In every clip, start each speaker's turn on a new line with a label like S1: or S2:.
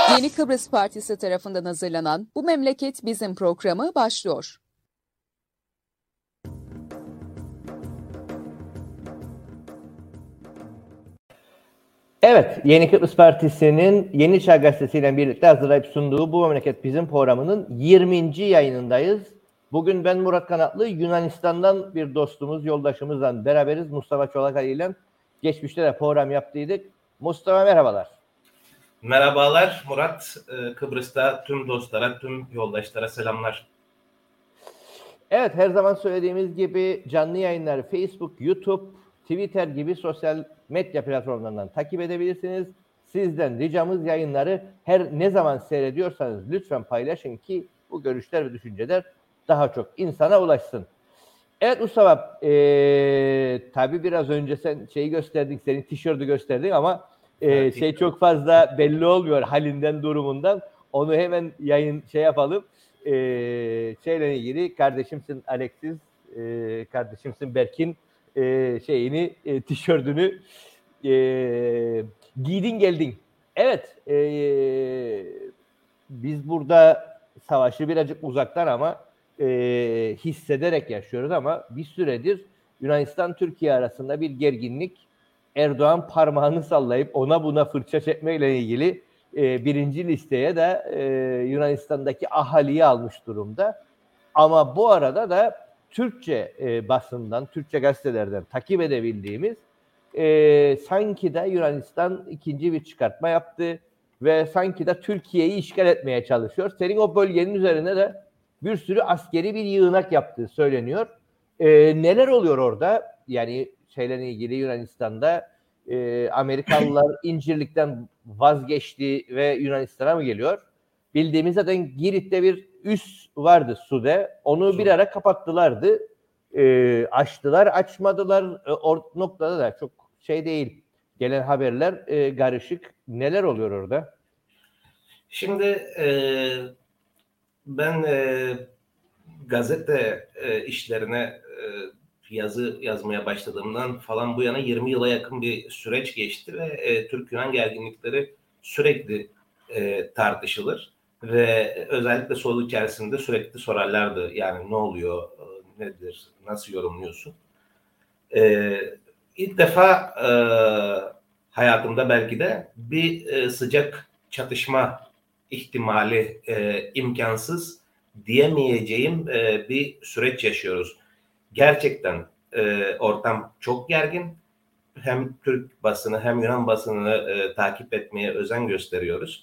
S1: Yeni Kıbrıs Partisi tarafından hazırlanan Bu Memleket Bizim programı başlıyor.
S2: Evet, Yeni Kıbrıs Partisi'nin Yeni Çağ Gazetesi ile birlikte hazırlayıp sunduğu Bu Memleket Bizim programının 20. yayınındayız. Bugün ben Murat Kanatlı, Yunanistan'dan bir dostumuz, yoldaşımızla beraberiz. Mustafa Çolakay ile geçmişte de program yaptıydık. Mustafa merhabalar.
S3: Merhabalar Murat. Kıbrıs'ta tüm dostlara, tüm yoldaşlara selamlar.
S2: Evet, her zaman söylediğimiz gibi canlı yayınları Facebook, YouTube, Twitter gibi sosyal medya platformlarından takip edebilirsiniz. Sizden ricamız yayınları her ne zaman seyrediyorsanız lütfen paylaşın ki bu görüşler ve düşünceler daha çok insana ulaşsın. Evet Mustafa, tabii biraz önce sen şeyi gösterdik, senin tişörtü gösterdin ama
S3: Evet,
S2: çok fazla belli olmuyor halinden, durumundan. Onu hemen yayın yapalım. Şeyle ilgili kardeşimsin Alexis, kardeşimsin Berk'in tişörtünü giydin geldin. Evet, biz burada savaşı birazcık uzaktan ama hissederek yaşıyoruz ama bir süredir Yunanistan-Türkiye arasında bir gerginlik, Erdoğan parmağını sallayıp ona buna fırça çekmeyle ilgili birinci listeye de Yunanistan'daki ahaliyi almış durumda. Ama bu arada da Türkçe basından, Türkçe gazetelerden takip edebildiğimiz sanki de Yunanistan ikinci bir çıkartma yaptı ve sanki de Türkiye'yi işgal etmeye çalışıyor. Senin o bölgenin üzerine de bir sürü askeri bir yığınak yaptığı söyleniyor. Neler oluyor orada? Yani şeylerle ilgili Yunanistan'da Amerikalılar İncirlik'ten vazgeçti ve Yunanistan'a mı geliyor? Bildiğimiz zaten Girit'te bir üs vardı Sude. Onu bir ara kapattılardı. Açtılar, açmadılar. O noktada da çok şey değil. Gelen haberler karışık. Neler oluyor orada?
S3: Şimdi ben gazete işlerine yazı yazmaya başladığımdan falan bu yana 20 yıla yakın bir süreç geçti ve Türk-Yunan gerginlikleri sürekli tartışılır ve özellikle soru içerisinde sürekli sorarlardı. Yani ne oluyor, nedir, nasıl yorumluyorsun? İlk defa hayatımda belki de bir sıcak çatışma ihtimali imkansız diyemeyeceğim bir süreç yaşıyoruz. Gerçekten ortam çok gergin. Hem Türk basını hem Yunan basınını takip etmeye özen gösteriyoruz.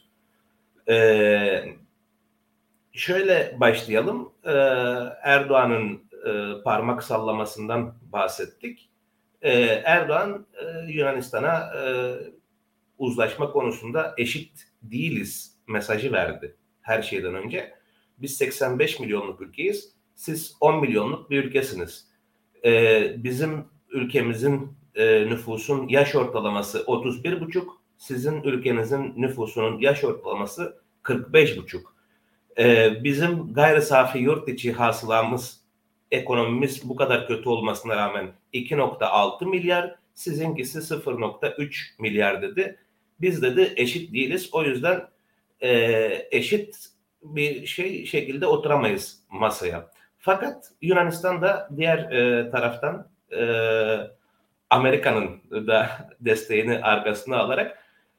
S3: Şöyle başlayalım. Erdoğan'ın parmak sallamasından bahsettik. Erdoğan Yunanistan'a uzlaşma konusunda eşit değiliz mesajı verdi her şeyden önce. Biz 85 milyonluk ülkeyiz, siz 10 milyonluk bir ülkesiniz. Bizim ülkemizin nüfusun yaş ortalaması 31,5, sizin ülkenizin nüfusunun yaş ortalaması 45,5. Bizim gayri safi yurt içi hasılamız, ekonomimiz bu kadar kötü olmasına rağmen 2,6 milyar, sizinkisi 0,3 milyar dedi. Biz dedi eşit değiliz. O yüzden eşit bir şekilde oturamayız masaya. Fakat Yunanistan da diğer taraftan Amerika'nın da desteğini arkasına alarak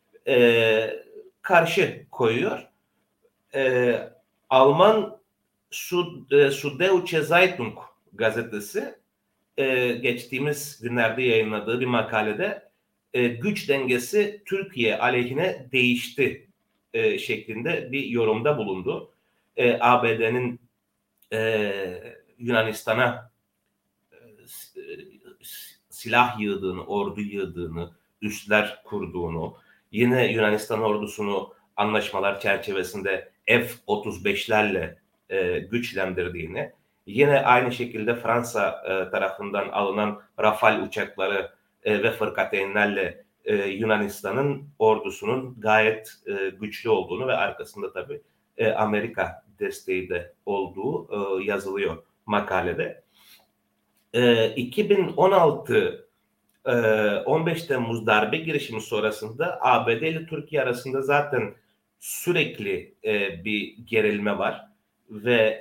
S3: karşı koyuyor. Alman Süddeutsche Zeitung gazetesi geçtiğimiz günlerde yayınladığı bir makalede güç dengesi Türkiye aleyhine değişti şeklinde bir yorumda bulundu. ABD'nin Yunanistan'a silah yığdığını, ordu yığdığını, üsler kurduğunu, yine Yunanistan ordusunu anlaşmalar çerçevesinde F-35'lerle güçlendirdiğini, yine aynı şekilde Fransa tarafından alınan Rafale uçakları ve fırkateynlerle Yunanistan'ın ordusunun gayet güçlü olduğunu ve arkasında tabii Amerika desteği de olduğu yazılıyor makalede. 2016 15 Temmuz darbe girişimi sonrasında ABD ile Türkiye arasında zaten sürekli bir gerilme var ve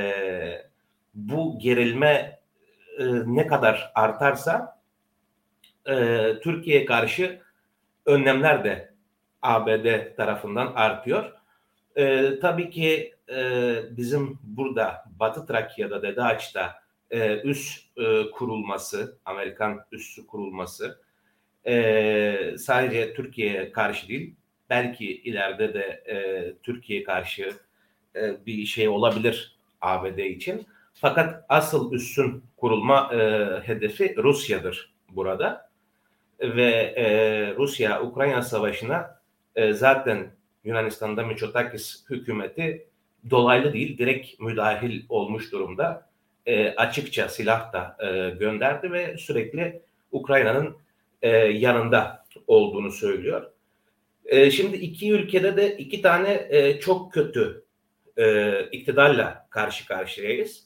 S3: bu gerilme ne kadar artarsa Türkiye'ye karşı önlemler de ABD tarafından artıyor. Tabii ki bizim burada Batı Trakya'da, Dede Ağaç'ta üs kurulması, Amerikan üssü kurulması sadece Türkiye'ye karşı değil, belki ileride de Türkiye'ye karşı bir şey olabilir ABD için. Fakat asıl üssün kurulma hedefi Rusya'dır burada. Ve Rusya-Ukrayna savaşına zaten Yunanistan'da Mitsotakis hükümeti dolaylı değil, direkt müdahil olmuş durumda. Açıkça silah da gönderdi ve sürekli Ukrayna'nın yanında olduğunu söylüyor. Şimdi iki ülkede de iki tane çok kötü iktidarla karşı karşıyayız.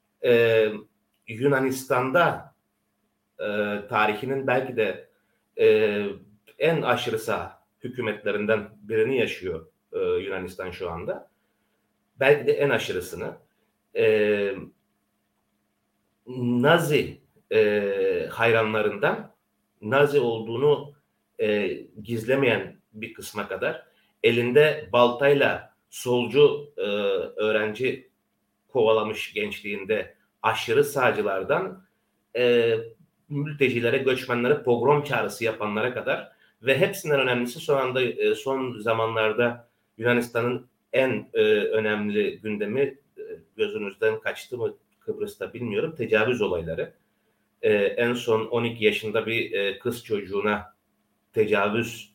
S3: Yunanistan'da tarihinin belki de en aşırı sağ hükümetlerinden birini yaşıyor Yunanistan şu anda. Belki de en aşırısını. Nazi hayranlarından, Nazi olduğunu gizlemeyen bir kısma kadar elinde baltayla solcu öğrenci kovalamış gençliğinde aşırı sağcılardan mültecilere, göçmenlere pogrom çağrısı yapanlara kadar ve hepsinden önemlisi son zamanlarda Yunanistan'ın en önemli gündemi gözünüzden kaçtı mı Kıbrıs'ta bilmiyorum, tecavüz olayları. En son 12 yaşında bir kız çocuğuna tecavüz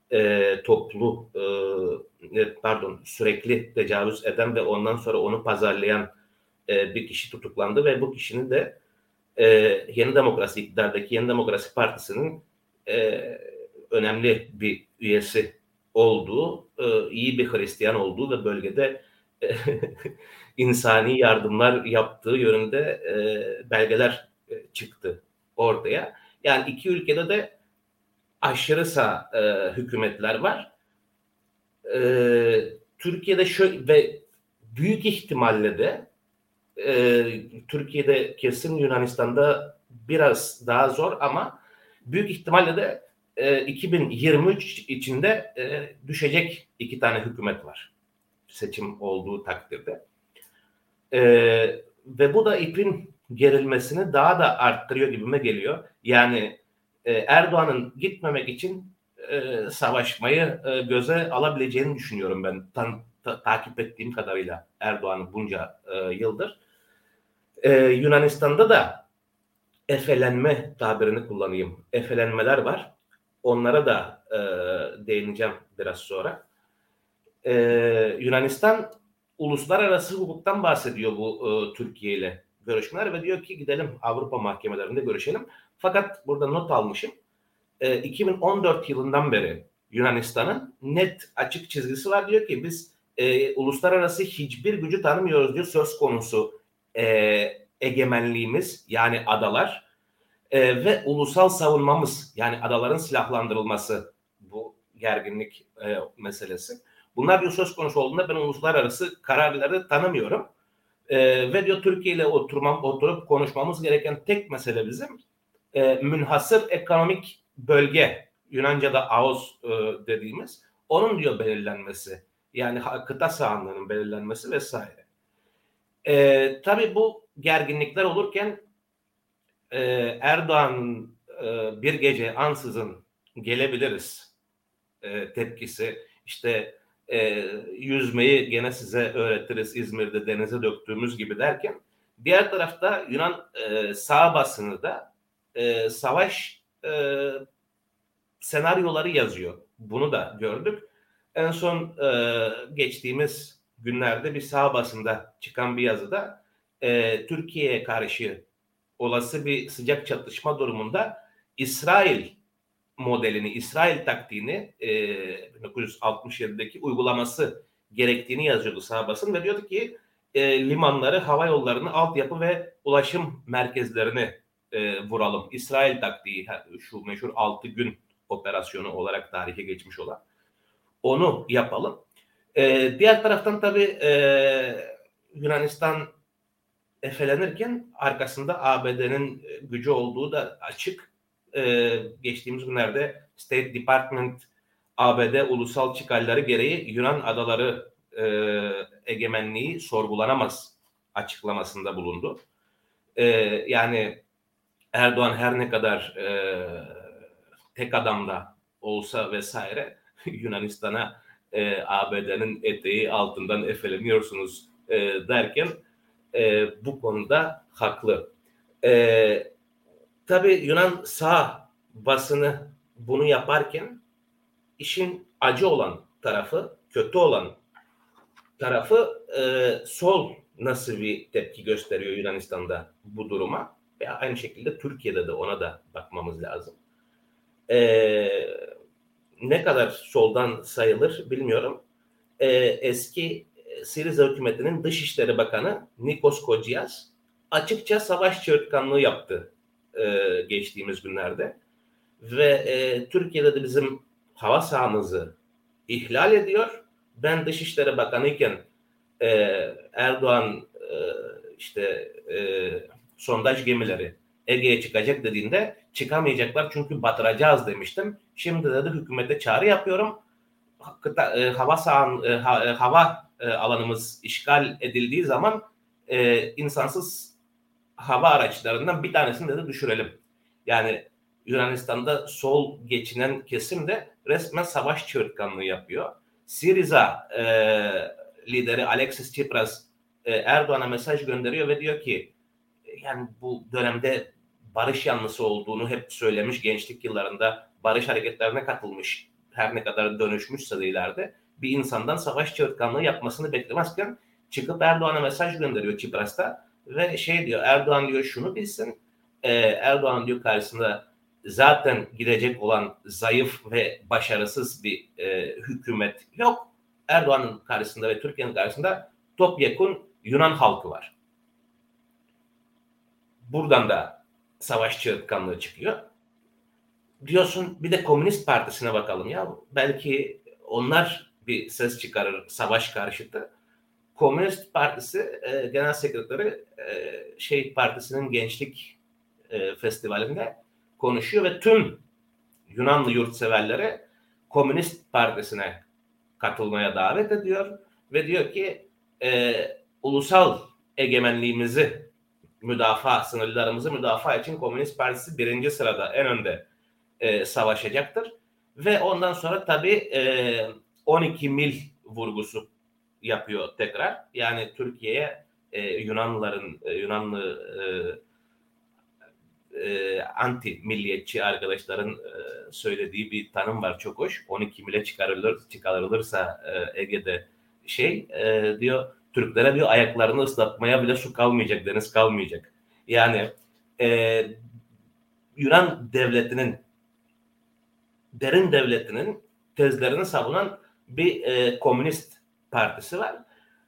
S3: sürekli tecavüz eden ve ondan sonra onu pazarlayan bir kişi tutuklandı ve bu kişinin de Yeni Demokrasi iktidardaki Yeni Demokrasi Partisi'nin önemli bir üyesi olduğu, iyi bir Hristiyan olduğu ve bölgede insani yardımlar yaptığı yönünde belgeler çıktı ortaya. Yani iki ülkede de aşırı sağ hükümetler var. Türkiye'de şöyle ve büyük ihtimalle de Türkiye'de kesin, Yunanistan'da biraz daha zor ama büyük ihtimalle de 2023 içinde düşecek iki tane hükümet var seçim olduğu takdirde. Ve bu da ipin gerilmesini daha da arttırıyor gibime geliyor. Yani Erdoğan'ın gitmemek için savaşmayı göze alabileceğini düşünüyorum ben. Takip ettiğim kadarıyla Erdoğan'ın bunca yıldır. Yunanistan'da da efelenme tabirini kullanayım. Efelenmeler var. Onlara da değineceğim biraz sonra. Yunanistan uluslararası hukuktan bahsediyor bu Türkiye ile görüşmeler ve diyor ki gidelim Avrupa mahkemelerinde görüşelim. Fakat burada not almışım. 2014 yılından beri Yunanistan'ın net açık çizgisi var. Diyor ki biz uluslararası hiçbir gücü tanımıyoruz diyor. Söz konusu egemenliğimiz yani adalar ve ulusal savunmamız yani adaların silahlandırılması, bu gerginlik meselesi. Bunlar diyor söz konusu olduğunda ben uluslararası kararları tanımıyorum. Ve diyor Türkiye ile oturup konuşmamız gereken tek mesele bizim münhasır ekonomik bölge, Yunanca'da AOS dediğimiz, onun diyor belirlenmesi. Yani kıta sahanlığının belirlenmesi vesaire. Tabii bu gerginlikler olurken Erdoğan'ın bir gece ansızın gelebiliriz tepkisi, işte yüzmeyi gene size öğretiriz İzmir'de denize döktüğümüz gibi derken, diğer tarafta Yunan sağ basını da savaş senaryoları yazıyor. Bunu da gördük. En son geçtiğimiz günlerde bir sağ basında çıkan bir yazıda Türkiye'ye karşı olası bir sıcak çatışma durumunda İsrail modelini, İsrail taktiğini 1967'deki uygulaması gerektiğini yazıyordu sağ basın ve diyordu ki limanları, hava yollarını, altyapı ve ulaşım merkezlerini vuralım. İsrail taktiği, şu meşhur 6 gün operasyonu olarak tarihe geçmiş olan. Onu yapalım. Diğer taraftan tabii Yunanistan efelenirken arkasında ABD'nin gücü olduğu da açık. Geçtiğimiz günlerde State Department ABD ulusal çıkarları gereği Yunan adaları egemenliği sorgulanamaz açıklamasında bulundu. Yani Erdoğan her ne kadar tek adamda olsa vesaire Yunanistan'a ABD'nin eteği altından efeleniyorsunuz derken bu konuda haklı. Tabii Yunan sağ basını bunu yaparken işin acı olan tarafı, kötü olan tarafı sol nasıl bir tepki gösteriyor Yunanistan'da bu duruma? Ve aynı şekilde Türkiye'de de ona da bakmamız lazım. Ne kadar soldan sayılır bilmiyorum. Eski Siriza hükümetinin Dışişleri Bakanı Nikos Kodias açıkça savaş çığırtkanlığı yaptı geçtiğimiz günlerde. Ve Türkiye'de de bizim hava sahamızı ihlal ediyor. Ben Dışişleri Bakanıyken Erdoğan sondaj gemileri Ege'ye çıkacak dediğinde çıkamayacaklar çünkü batıracağız demiştim. Şimdi de hükümete çağrı yapıyorum. Hava alanımız işgal edildiği zaman insansız hava araçlarından bir tanesini de düşürelim. Yani Yunanistan'da sol geçinen kesim de resmen savaş çığırtkanlığı yapıyor. Siriza lideri Alexis Tsipras Erdoğan'a mesaj gönderiyor ve diyor ki yani bu dönemde barış yanlısı olduğunu hep söylemiş, gençlik yıllarında barış hareketlerine katılmış, her ne kadar dönüşmüşse de ileride bir insandan savaş çığırtkanlığı yapmasını beklemezken çıkıp Erdoğan'a mesaj gönderiyor Tsipras'ta ve diyor, Erdoğan diyor şunu bilsin, Erdoğan diyor karşısında zaten gidecek olan zayıf ve başarısız bir hükümet yok. Erdoğan'ın karşısında ve Türkiye'nin karşısında topyekun Yunan halkı var. Buradan da savaş çığırtkanlığı çıkıyor. Diyorsun bir de Komünist Partisi'ne bakalım ya. Belki onlar bir ses çıkarır savaş karşıtı. Komünist Partisi Genel Sekreteri partisinin gençlik festivalinde konuşuyor ve tüm Yunanlı yurtseverleri Komünist Partisi'ne katılmaya davet ediyor ve diyor ki ulusal egemenliğimizi sınırlarımızı müdafaa için Komünist Partisi birinci sırada en önde savaşacaktır. Ve ondan sonra tabii 12 mil vurgusu yapıyor tekrar. Yani Türkiye'ye Yunanlı anti milliyetçi arkadaşların söylediği bir tanım var çok hoş. 12 mile çıkarılırsa Ege'de diyor Türklere diyor ayaklarını ıslatmaya bile su kalmayacak, deniz kalmayacak. Yani Yunan devletinin derin devletinin tezlerini savunan bir komünist partisi var.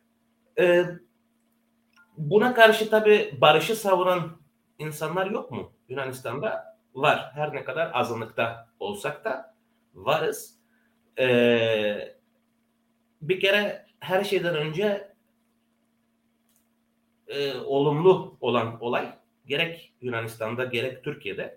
S3: Buna karşı tabii barışı savunan insanlar yok mu? Yunanistan'da var. Her ne kadar azınlıkta olsak da varız. Bir kere her şeyden önce olumlu olan olay gerek Yunanistan'da gerek Türkiye'de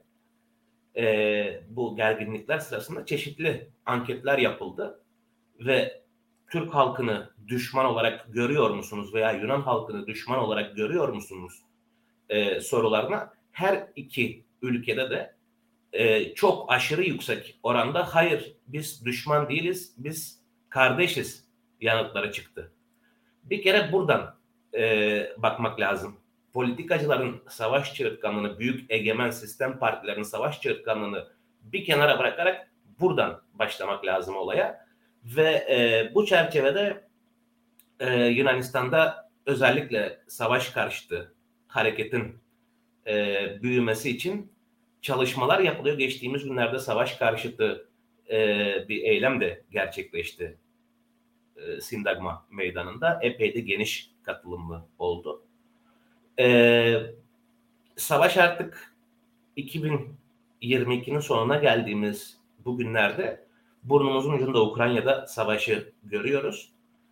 S3: bu gerginlikler sırasında çeşitli anketler yapıldı ve Türk halkını düşman olarak görüyor musunuz veya Yunan halkını düşman olarak görüyor musunuz sorularına her iki ülkede de çok aşırı yüksek oranda hayır biz düşman değiliz biz kardeşiz yanıtları çıktı. Bir kere buradan bakmak lazım. Politikacıların savaş çığırtkanlığını, büyük egemen sistem partilerinin savaş çığırtkanlığını bir kenara bırakarak buradan başlamak lazım olaya. Ve bu çerçevede Yunanistan'da özellikle savaş karşıtı hareketin büyümesi için çalışmalar yapılıyor. Geçtiğimiz günlerde savaş karşıtı bir eylem de gerçekleşti. Sindagma meydanında epey de geniş katılımlı oldu. Savaş artık 2022'nin sonuna geldiğimiz bu günlerde burnumuzun ucunda Ukrayna'da savaşı görüyoruz.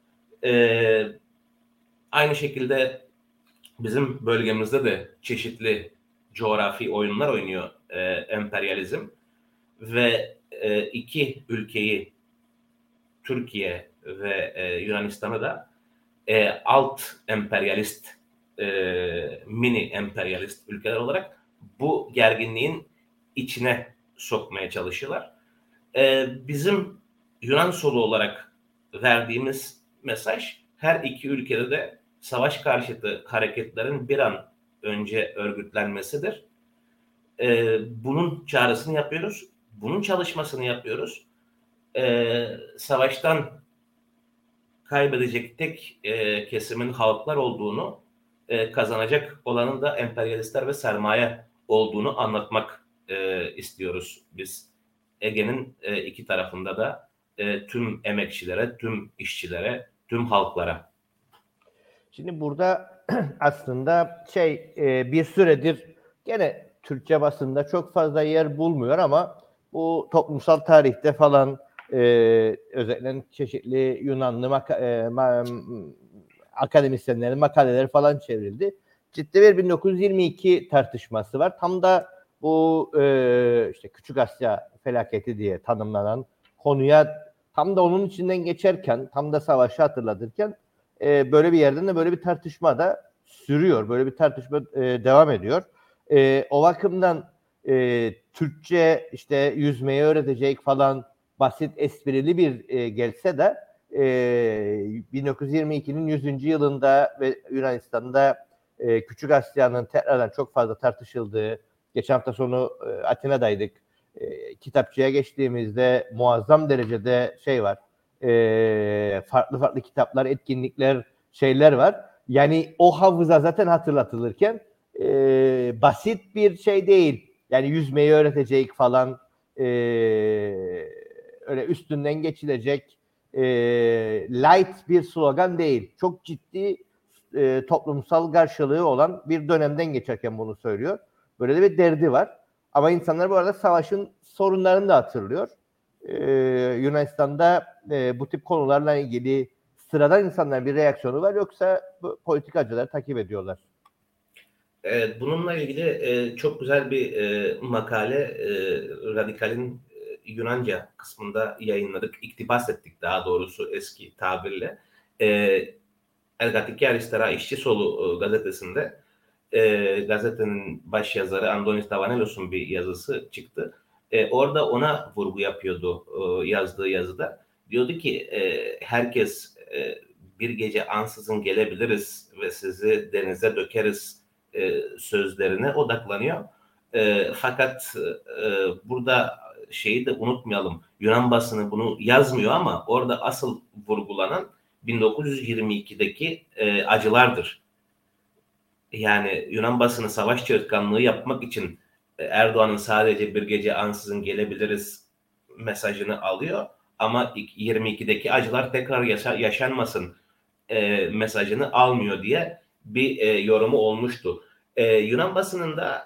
S3: Aynı şekilde bizim bölgemizde de çeşitli coğrafi oyunlar oynuyor emperyalizm ve iki ülkeyi, Türkiye ve Yunanistan'ı da alt emperyalist, mini emperyalist ülkeler olarak bu gerginliğin içine sokmaya çalışıyorlar. Bizim Yunan solu olarak verdiğimiz mesaj, her iki ülkede de savaş karşıtı hareketlerin bir an önce örgütlenmesidir. Bunun çağrısını yapıyoruz, bunun çalışmasını yapıyoruz. Savaştan kaybedecek tek kesimin halklar olduğunu, kazanacak olanın da emperyalistler ve sermaye olduğunu anlatmak istiyoruz biz. Ege'nin iki tarafında da tüm emekçilere, tüm işçilere, tüm halklara.
S2: Şimdi burada aslında bir süredir gene Türkçe basında çok fazla yer bulmuyor ama bu toplumsal tarihte falan özellikle çeşitli Yunanlı akademisyenlerin makaleleri falan çevrildi. Ciddi bir 1922 tartışması var. Tam da bu işte Küçük Asya felaketi diye tanımlanan konuya tam da onun içinden geçerken, tam da savaşı hatırlatırken böyle bir yerden de böyle bir tartışma da sürüyor. Böyle bir tartışma devam ediyor. O bakımdan Türkçe işte yüzmeyi öğretecek falan basit esprili bir gelse de 1922'nin 100. yılında ve Yunanistan'da Küçük Asya'nın tekrardan çok fazla tartışıldığı, geçen hafta sonu Atina'daydık. Kitapçıya geçtiğimizde muazzam derecede var. Farklı farklı kitaplar, etkinlikler, şeyler var. Yani o hafıza zaten hatırlatılırken basit bir şey değil. Yani yüzmeyi öğretecek falan, öyle üstünden geçilecek light bir slogan değil. Çok ciddi toplumsal karşılığı olan bir dönemden geçerken bunu söylüyor. Böyle de bir derdi var. Ama insanlar bu arada savaşın sorunlarını da hatırlıyor. Yunanistan'da bu tip konularla ilgili sıradan insanların bir reaksiyonu var, yoksa bu politikacılar takip ediyorlar?
S3: Evet, bununla ilgili çok güzel bir makale Radikal'in Yunanca kısmında yayınladık, iktibas ettik daha doğrusu eski tabirle. Ergatiki Aristera İşçi Solu gazetesinde gazetenin başyazarı Andonis Davanelos'un bir yazısı çıktı. Orada ona vurgu yapıyordu yazdığı yazıda. Diyordu ki herkes bir gece ansızın gelebiliriz ve sizi denize dökeriz sözlerine odaklanıyor. Fakat burada şeyi de unutmayalım. Yunan basını bunu yazmıyor ama orada asıl vurgulanan 1922'deki acılardır. Yani Yunan basını savaş çığırtkanlığı yapmak için Erdoğan'ın sadece bir gece ansızın gelebiliriz mesajını alıyor. Ama 22'deki acılar tekrar yaşanmasın mesajını almıyor diye bir yorumu olmuştu. Yunan basınında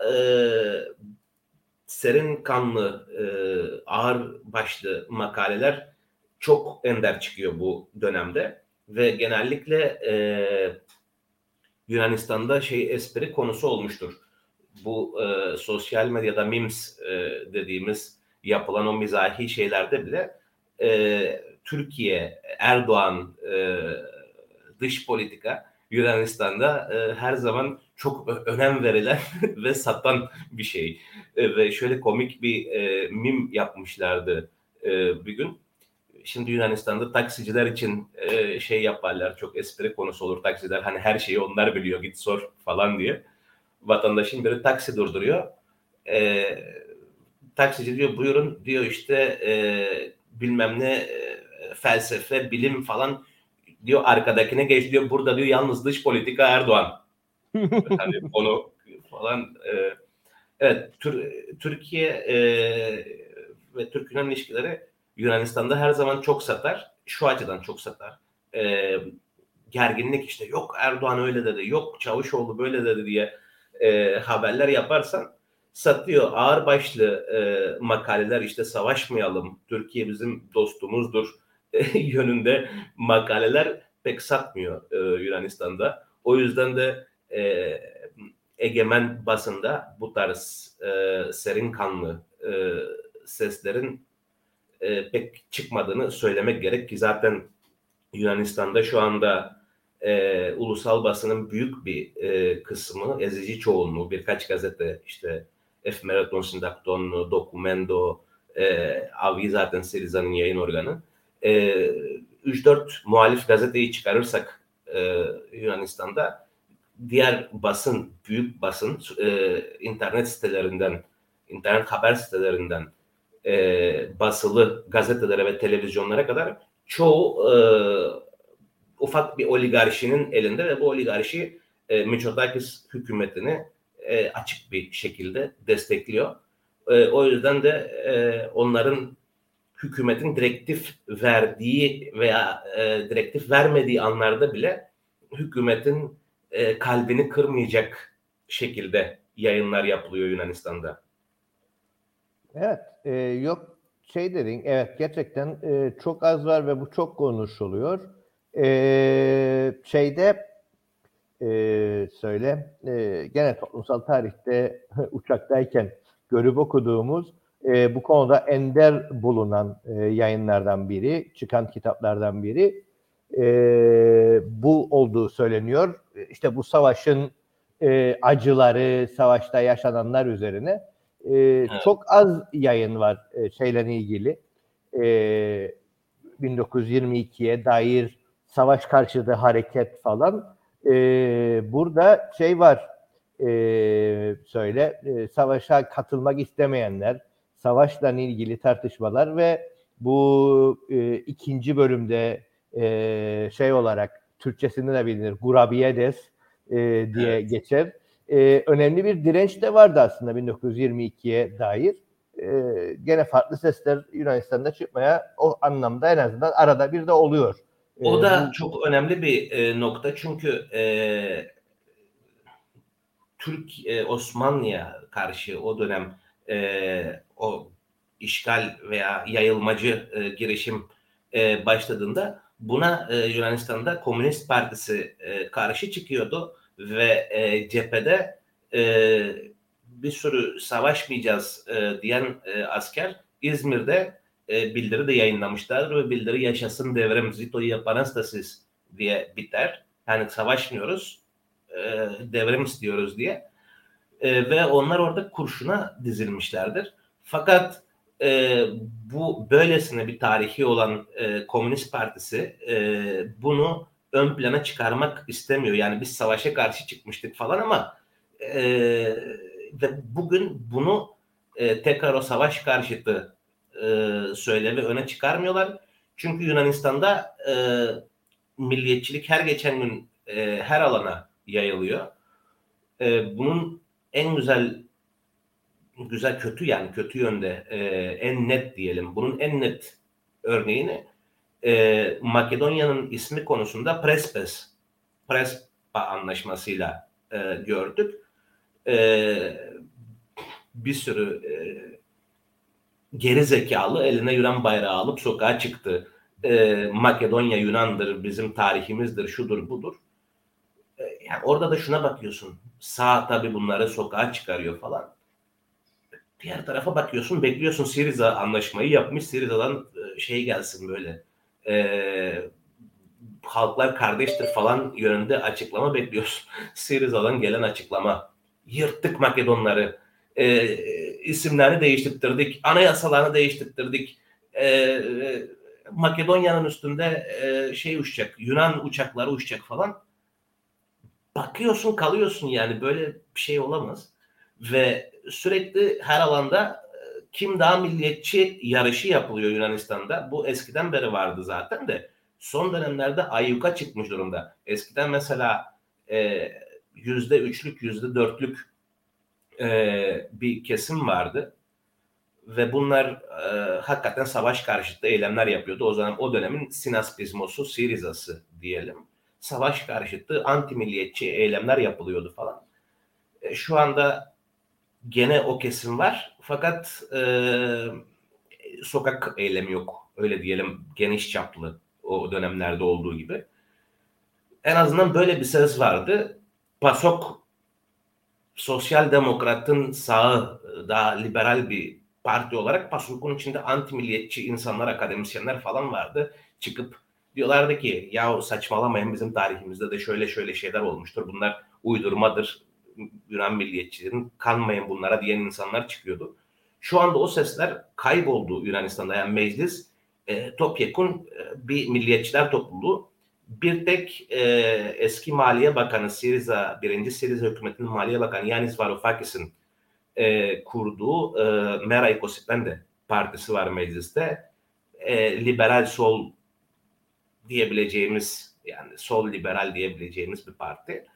S3: serin kanlı, ağır başlı makaleler çok ender çıkıyor bu dönemde ve genellikle Yunanistan'da espri konusu olmuştur. Bu sosyal medyada memes dediğimiz yapılan o mizahi şeylerde bile Türkiye, Erdoğan, dış politika Yunanistan'da her zaman çok önem verilen ve satan bir şey. Ve şöyle komik bir meme yapmışlardı bir gün. Şimdi Yunanistan'da taksiciler için yaparlar, çok espri konusu olur taksiciler. Hani her şeyi onlar biliyor, git sor falan diye. Vatandaşın biri taksi durduruyor. Taksici diyor buyurun diyor işte bilmem ne felsefe, bilim falan diyor, arkadakine geç diyor. Burada diyor yalnız dış politika Erdoğan. Hani onu falan evet Türkiye ve Türk-Yunan ilişkileri Yunanistan'da her zaman çok satar. Şu açıdan çok satar. Gerginlik işte yok Erdoğan öyle dedi, yok Çavuşoğlu böyle dedi diye haberler yaparsan satıyor. Ağırbaşlı makaleler işte savaşmayalım, Türkiye bizim dostumuzdur yönünde makaleler pek satmıyor Yunanistan'da. O yüzden de egemen basında bu tarz serin kanlı seslerin pek çıkmadığını söylemek gerek ki zaten Yunanistan'da şu anda ulusal basının büyük bir kısmı, ezici çoğunluğu, birkaç gazete işte Efmereton Syndakton, Dokumendo, Avi zaten Siriza'nın yayın organı. 3-4 muhalif gazeteyi çıkarırsak Yunanistan'da diğer basın, büyük basın, internet sitelerinden, internet haber sitelerinden basılı gazetelere ve televizyonlara kadar çoğu ufak bir oligarşinin elinde ve bu oligarşi Mitsotakis hükümetini açık bir şekilde destekliyor. O yüzden de onların hükümetin direktif verdiği veya direktif vermediği anlarda bile hükümetin kalbini kırmayacak şekilde yayınlar yapılıyor Yunanistan'da.
S2: Evet, yok şey dedin, evet gerçekten çok az var ve bu çok konuşuluyor. Şeyde gene toplumsal tarihte uçaktayken görüp okuduğumuz bu konuda ender bulunan yayınlardan biri, çıkan kitaplardan biri bu olduğu söyleniyor. İşte bu savaşın acıları, savaşta yaşananlar üzerine
S3: Evet.
S2: çok az yayın var şeyle ilgili. 1922'ye dair savaş karşıtı hareket falan. Burada şey var, savaşa katılmak istemeyenler, savaşla ilgili tartışmalar ve bu ikinci bölümde şey olarak Türkçesinde de bilinir, Gurabiyedes diye geçer. Önemli bir direnç de vardı aslında 1922'ye dair. Gene farklı sesler Yunanistan'da çıkmaya o anlamda en azından arada bir de oluyor.
S3: O da çok önemli bir nokta çünkü Osmanlı'ya karşı o dönem o işgal veya yayılmacı girişim başladığında buna Yunanistan'da Komünist Partisi karşı çıkıyordu ve cephede bir sürü savaşmayacağız diyen asker İzmir'de bildiri de yayınlamışlardır ve bildiri yaşasın devrim Zito'yu Epanastasis diye biter. Yani savaşmıyoruz, devrim istiyoruz diye. Ve onlar orada kurşuna dizilmişlerdir. Fakat bu böylesine bir tarihi olan Komünist Partisi bunu ön plana çıkarmak istemiyor. Yani biz savaşa karşı çıkmıştık falan ama ve bugün bunu tekrar o savaş karşıtı söylemi öne çıkarmıyorlar. Çünkü Yunanistan'da milliyetçilik her geçen gün her alana yayılıyor. Bunun en güzel kötü yani kötü yönde en net diyelim. Bunun en net örneğini Makedonya'nın ismi konusunda Prespa anlaşmasıyla gördük. Bir sürü geri zekalı eline Yunan bayrağı alıp sokağa çıktı. Makedonya Yunan'dır, bizim tarihimizdir, şudur budur. Yani orada da şuna bakıyorsun. Sağ tabii bunları sokağa çıkarıyor falan. Diğer tarafa bakıyorsun, bekliyorsun Siriza anlaşmayı yapmış. Siriza'dan şey gelsin böyle. Halklar kardeştir falan yönünde açıklama bekliyorsun. Siriza'dan gelen açıklama. Yırttık Makedonları. İsimlerini değiştirdik. Anayasalarını değiştirdik. Makedonya'nın üstünde şey uçacak. Yunan uçakları uçacak falan. Bakıyorsun kalıyorsun yani böyle bir şey olamaz. Ve sürekli her alanda kim daha milliyetçi yarışı yapılıyor Yunanistan'da. Bu eskiden beri vardı zaten de son dönemlerde ayyuka çıkmış durumda. Eskiden mesela %3'lük %4'lük bir kesim vardı ve bunlar hakikaten savaş karşıtı eylemler yapıyordu. O zaman o dönemin Sinaspizmosu, Siriza'sı diyelim. Savaş karşıtı anti milliyetçi eylemler yapılıyordu falan. Şu anda gene o kesim var fakat sokak eylemi yok. Öyle diyelim geniş çaplı o dönemlerde olduğu gibi. en azından böyle bir ses vardı. PASOK Sosyal Demokrat'ın sağı, daha liberal bir parti olarak PASOK'un içinde anti milliyetçi insanlar, akademisyenler falan vardı. Çıkıp diyorlardı ki ya saçmalamayın, bizim tarihimizde de şöyle şöyle şeyler olmuştur. Bunlar uydurmadır. Yunan milliyetçilerin, kanmayın bunlara diyen insanlar çıkıyordu. Şu anda o sesler kayboldu Yunanistan'da. Yani meclis topyekun bir milliyetçiler topluluğu. Bir tek eski Maliye Bakanı Syriza, birinci Syriza hükümetinin Maliye Bakanı Yanis Varoufakis'in kurduğu Mera Ekosipende partisi var mecliste. Liberal sol diyebileceğimiz, yani sol liberal diyebileceğimiz bir parti.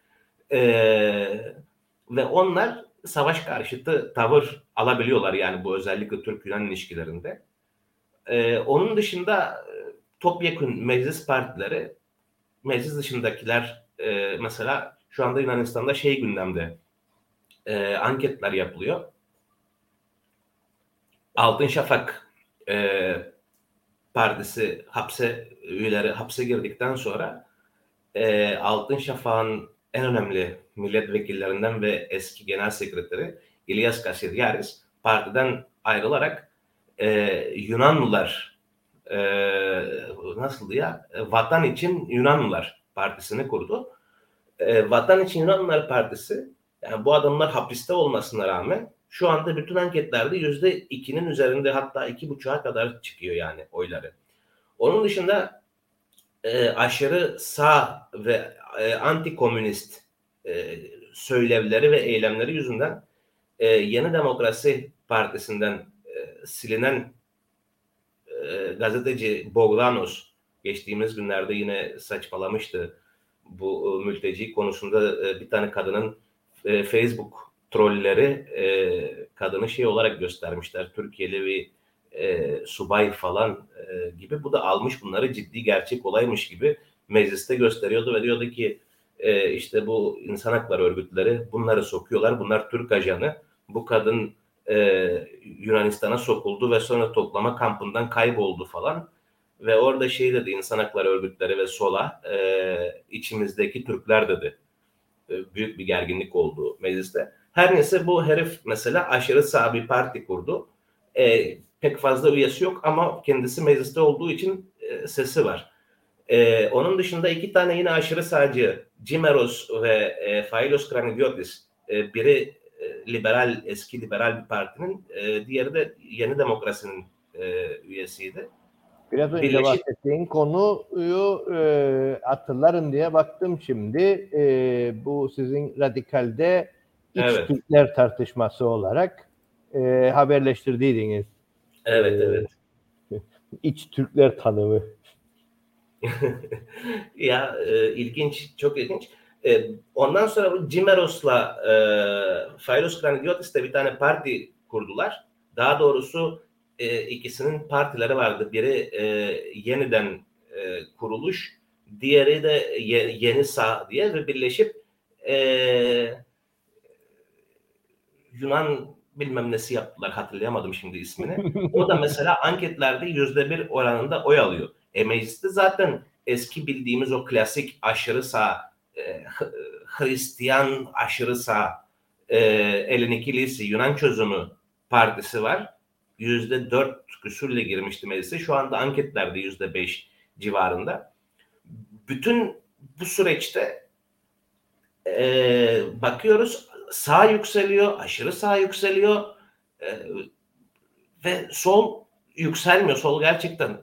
S3: Ve onlar savaş karşıtı tavır alabiliyorlar, yani bu özellikle Türk-Yunan ilişkilerinde. Onun dışında topyekun meclis partileri, meclis dışındakiler, mesela şu anda Yunanistan'da gündemde, anketler yapılıyor. Altın Şafak partisi üyeleri hapse girdikten sonra Altın Şafak'ın en önemli milletvekillerinden ve eski genel sekreteri İlyas Kasidiaris partiden ayrılarak Yunanlılar, nasıldı ya? Vatan için Yunanlılar Partisi'ni kurdu. Vatan için Yunanlılar Partisi, yani bu adamlar hapiste olmasına rağmen şu anda bütün anketlerde %2'nin üzerinde, hatta 2,5'a kadar çıkıyor yani oyları. Onun dışında aşırı sağ ve anti-komünist söylevleri ve eylemleri yüzünden Yeni Demokrasi Partisi'nden silinen gazeteci Bogdanos geçtiğimiz günlerde yine saçmalamıştı. Bu mülteci konusunda bir tane kadının Facebook trolleri kadını olarak göstermişler. Türkiye'li bir subay falan gibi. Bu da almış bunları ciddi gerçek olaymış gibi mecliste gösteriyordu ve diyordu ki işte bu insan hakları örgütleri bunları sokuyorlar. Bunlar Türk ajanı. Bu kadın Yunanistan'a sokuldu ve sonra toplama kampından kayboldu falan. Ve orada dedi, insan hakları örgütleri ve sola içimizdeki Türkler dedi. Büyük bir gerginlik oldu mecliste. Her neyse, bu herif mesela aşırı sağ bir parti kurdu. Pek fazla üyesi yok ama kendisi mecliste olduğu için sesi var. Onun dışında iki tane yine aşırı sağcı, Cimeros ve Failos Kranidiotis, biri liberal, eski liberal bir partinin, diğeri de Yeni Demokrasi'nin üyesiydi.
S2: Biraz önce bahsettiğin konuyu hatırlarım diye baktım şimdi. Bu sizin Radikal'de iç Türkler tartışması olarak haberleştirdiydiniz.
S3: Evet.
S2: İç Türkler tanımı.
S3: Ya ilginç, çok ilginç. Ondan sonra bu Cimeros'la Failos Kranidiotis'te bir tane parti kurdular. Daha doğrusu ikisinin partileri vardı. Biri yeniden kuruluş, diğeri de Yeni Sağ diye, ve birleşip Yunan bilmem nesi yaptılar, hatırlayamadım şimdi ismini. O da mesela anketlerde %1 oranında oy alıyor. Mecliste zaten eski bildiğimiz o klasik aşırı sağ, Hristiyan aşırı sağ, Ellinikilisi Yunan Çözümü Partisi var. %4 küsürle girmişti meclise. Şu anda anketlerde %5 civarında. Bütün bu süreçte bakıyoruz, sağ yükseliyor, aşırı sağ yükseliyor ve sol yükselmiyor. Sol gerçekten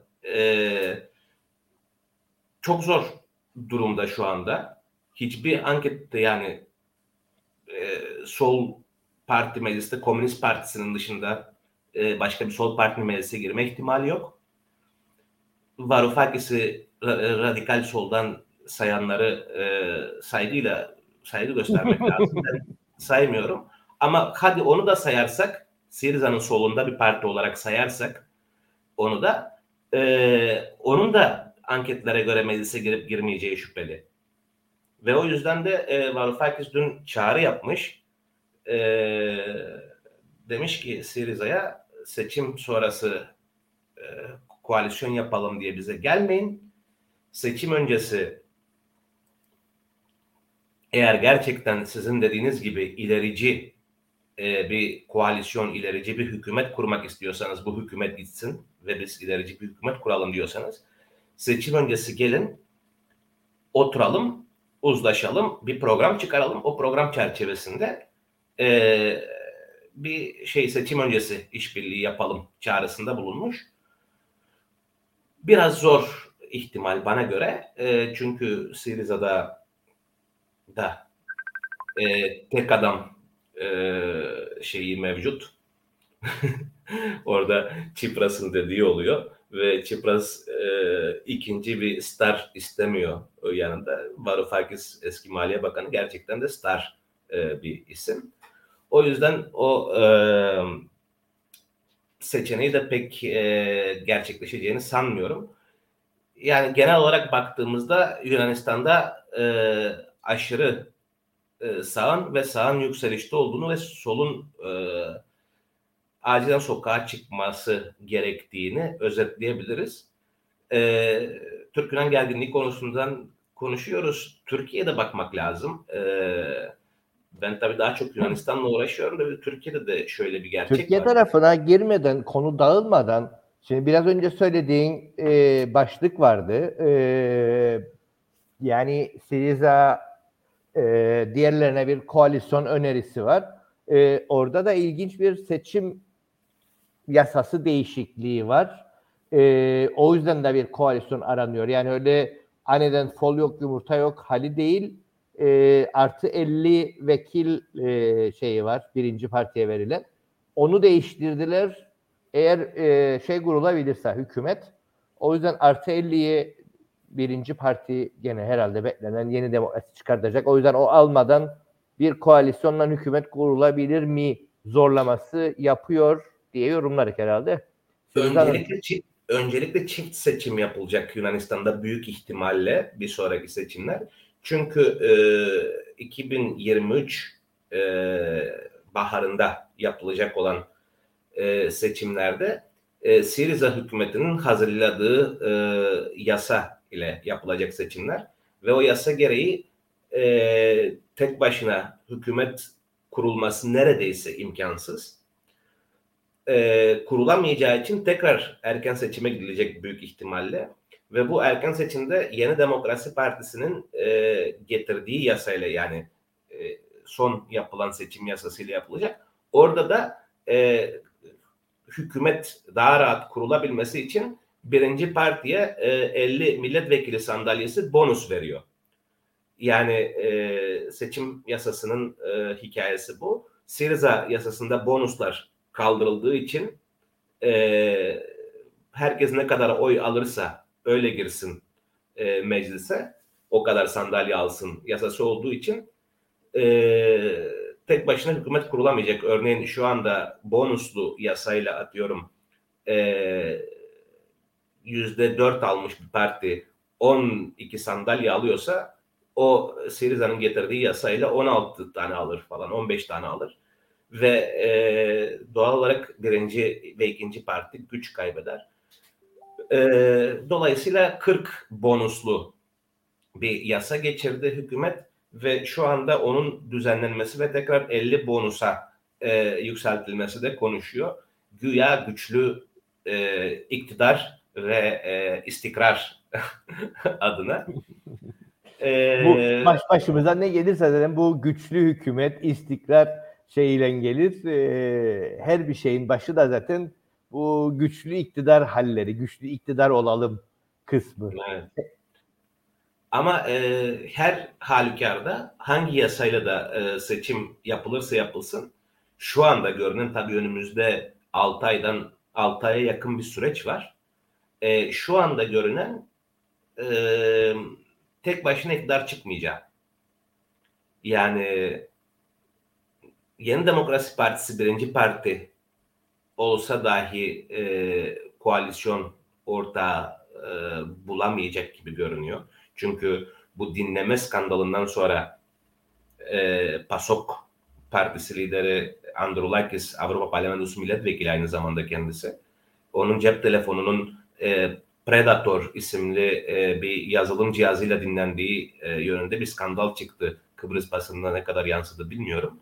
S3: çok zor durumda şu anda. Hiçbir ankette yani sol parti mecliste, Komünist Partisi'nin dışında başka bir sol partinin meclise girme ihtimali yok. Varoufakis'i radikal soldan sayanları saygı göstermek lazım. Ben saymıyorum. Ama hadi onu da sayarsak, Syriza'nın solunda bir parti olarak sayarsak onu da, onun da anketlere göre meclise girip girmeyeceği şüpheli. Ve o yüzden de Varoufakis dün çağrı yapmış. Demiş ki Syriza'ya, seçim sonrası koalisyon yapalım diye bize gelmeyin. Seçim öncesi eğer gerçekten sizin dediğiniz gibi ilerici bir koalisyon, ilerici bir hükümet kurmak istiyorsanız, bu hükümet gitsin ve biz ilerici bir hükümet kuralım diyorsanız, seçim öncesi gelin, oturalım, uzlaşalım, bir program çıkaralım. O program çerçevesinde bir seçim öncesi işbirliği yapalım çağrısında bulunmuş. Biraz zor ihtimal bana göre. Çünkü Syriza'da da tek adam mevcut. Orada Tsipras'ın dediği oluyor ve Tsipras ikinci bir star istemiyor yanında. Varoufakis eski Maliye Bakanı gerçekten de star bir isim. O yüzden o seçeneği de pek gerçekleşeceğini sanmıyorum. Yani genel olarak baktığımızda Yunanistan'da aşırı sağın ve sağın yükselişte olduğunu ve solun acilen sokağa çıkması gerektiğini özetleyebiliriz. Türk-Yunan gerginliği konusundan konuşuyoruz. Türkiye'de bakmak lazım. Ben tabii daha çok Yunanistan'la uğraşıyorum da Türkiye'de de şöyle bir gerçek
S2: Türkiye
S3: var.
S2: tarafına girmeden, konu dağılmadan, şimdi biraz önce söylediğin başlık vardı. Yani Syriza diğerlerine bir koalisyon önerisi var. Orada da ilginç bir seçim yasası değişikliği var. O yüzden de bir koalisyon aranıyor. Yani öyle aniden fol yok, yumurta yok hali değil. Artı 50 vekil şeyi var. Birinci partiye verilen. Onu değiştirdiler. Eğer kurulabilirse hükümet. O yüzden artı 50'yi birinci parti gene herhalde beklenen Yeni Demokrasi çıkartacak. O yüzden o almadan bir koalisyonla hükümet kurulabilir mi zorlaması yapıyor diye yorumlarız herhalde.
S3: Öncelikle çift seçim yapılacak Yunanistan'da büyük ihtimalle bir sonraki seçimler. Çünkü 2023 baharında yapılacak olan seçimlerde Syriza hükümetinin hazırladığı yasa ile yapılacak seçimler ve o yasa gereği tek başına hükümet kurulması neredeyse imkansız. Kurulamayacağı için tekrar erken seçime gidilecek büyük ihtimalle ve bu erken seçimde Yeni Demokrasi Partisi'nin getirdiği yasayla yani son yapılan seçim yasasıyla yapılacak. Orada da hükümet daha rahat kurulabilmesi için birinci partiye 50 milletvekili sandalyesi bonus veriyor. Yani seçim yasasının hikayesi bu. Syriza yasasında bonuslar kaldırıldığı için herkes ne kadar oy alırsa öyle girsin meclise, o kadar sandalye alsın yasası olduğu için tek başına hükümet kurulamayacak. Örneğin şu anda bonuslu yasayla atıyorum %4 almış bir parti 12 sandalye alıyorsa o Syriza'nın getirdiği yasayla 16 tane alır falan, 15 tane alır. Ve doğal olarak birinci ve ikinci parti güç kaybeder. Dolayısıyla 40 bonuslu bir yasa geçirdi hükümet ve şu anda onun düzenlenmesi ve tekrar 50 bonusa yükseltilmesi de konuşuyor. Güya güçlü iktidar ve istikrar adına.
S2: Bu başımıza ne gelirse zaten bu güçlü hükümet, istikrar şeyiyle gelir. Her bir şeyin başı da zaten bu güçlü iktidar halleri, güçlü iktidar olalım kısmı.
S3: Evet. Ama her halükarda hangi yasayla da seçim yapılırsa yapılsın şu anda görünen tabii önümüzde 6 aya yakın bir süreç var. Şu anda görünen tek başına iktidar çıkmayacak. Yani Yeni Demokrasi Partisi birinci parti olsa dahi koalisyon ortağı bulamayacak gibi görünüyor. Çünkü bu dinleme skandalından sonra PASOK Partisi lideri Androulakis, Avrupa Parlamentosu milletvekili aynı zamanda kendisi. Onun cep telefonunun Predator isimli bir yazılım cihazıyla dinlendiği yönünde bir skandal çıktı Kıbrıs basınına ne kadar yansıdı bilmiyorum.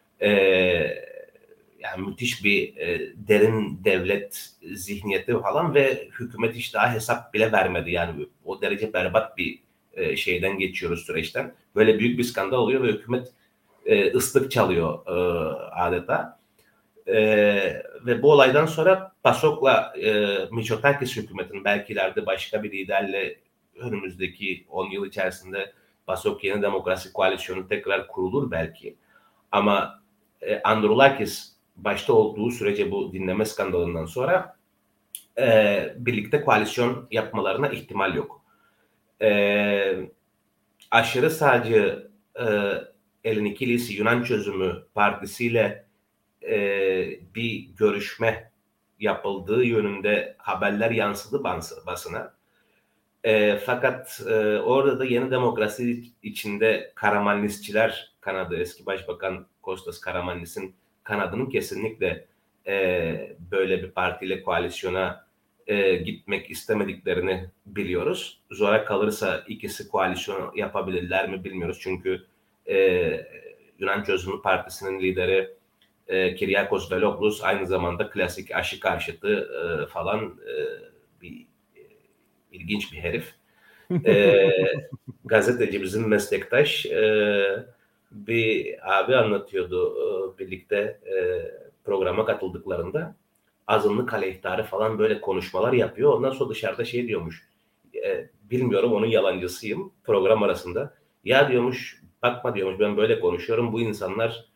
S3: Yani müthiş bir derin devlet zihniyeti falan ve hükümet hiç daha hesap bile vermedi. Yani o derece berbat bir şeyden geçiyoruz, süreçten. Böyle büyük bir skandal oluyor ve hükümet ıslık çalıyor adeta. Ve bu olaydan sonra PASOK'la Mitsotakis hükümetinin belki ileride başka bir liderle önümüzdeki 10 yıl içerisinde PASOK Yeni Demokrasi Koalisyonu tekrar kurulur belki. Ama Androulakis başta olduğu sürece bu dinleme skandalından sonra birlikte koalisyon yapmalarına ihtimal yok. Aşırı sağcı Elinikilis Yunan Çözümü Partisi ile bir görüşme yapıldığı yönünde haberler yansıdı basına. Fakat orada da Yeni Demokrasi içinde Karamanlisçiler kanadı, eski Başbakan Kostas Karamanlis'in kanadının kesinlikle böyle bir partiyle koalisyona gitmek istemediklerini biliyoruz. Zora kalırsa ikisi koalisyon yapabilirler mi bilmiyoruz. Çünkü Yunan Çözümü Partisi'nin lideri Kyriakos Velopoulos aynı zamanda klasik aşı karşıtı falan bir ilginç bir herif. Gazeteci, bizim meslektaş, bir abi anlatıyordu birlikte programa katıldıklarında. Azınlık aleyhtarı falan böyle konuşmalar yapıyor. Ondan sonra dışarıda şey diyormuş. Bilmiyorum, onun yalancısıyım program arasında. Ya diyormuş, bakma diyormuş, ben böyle konuşuyorum. Bu insanlar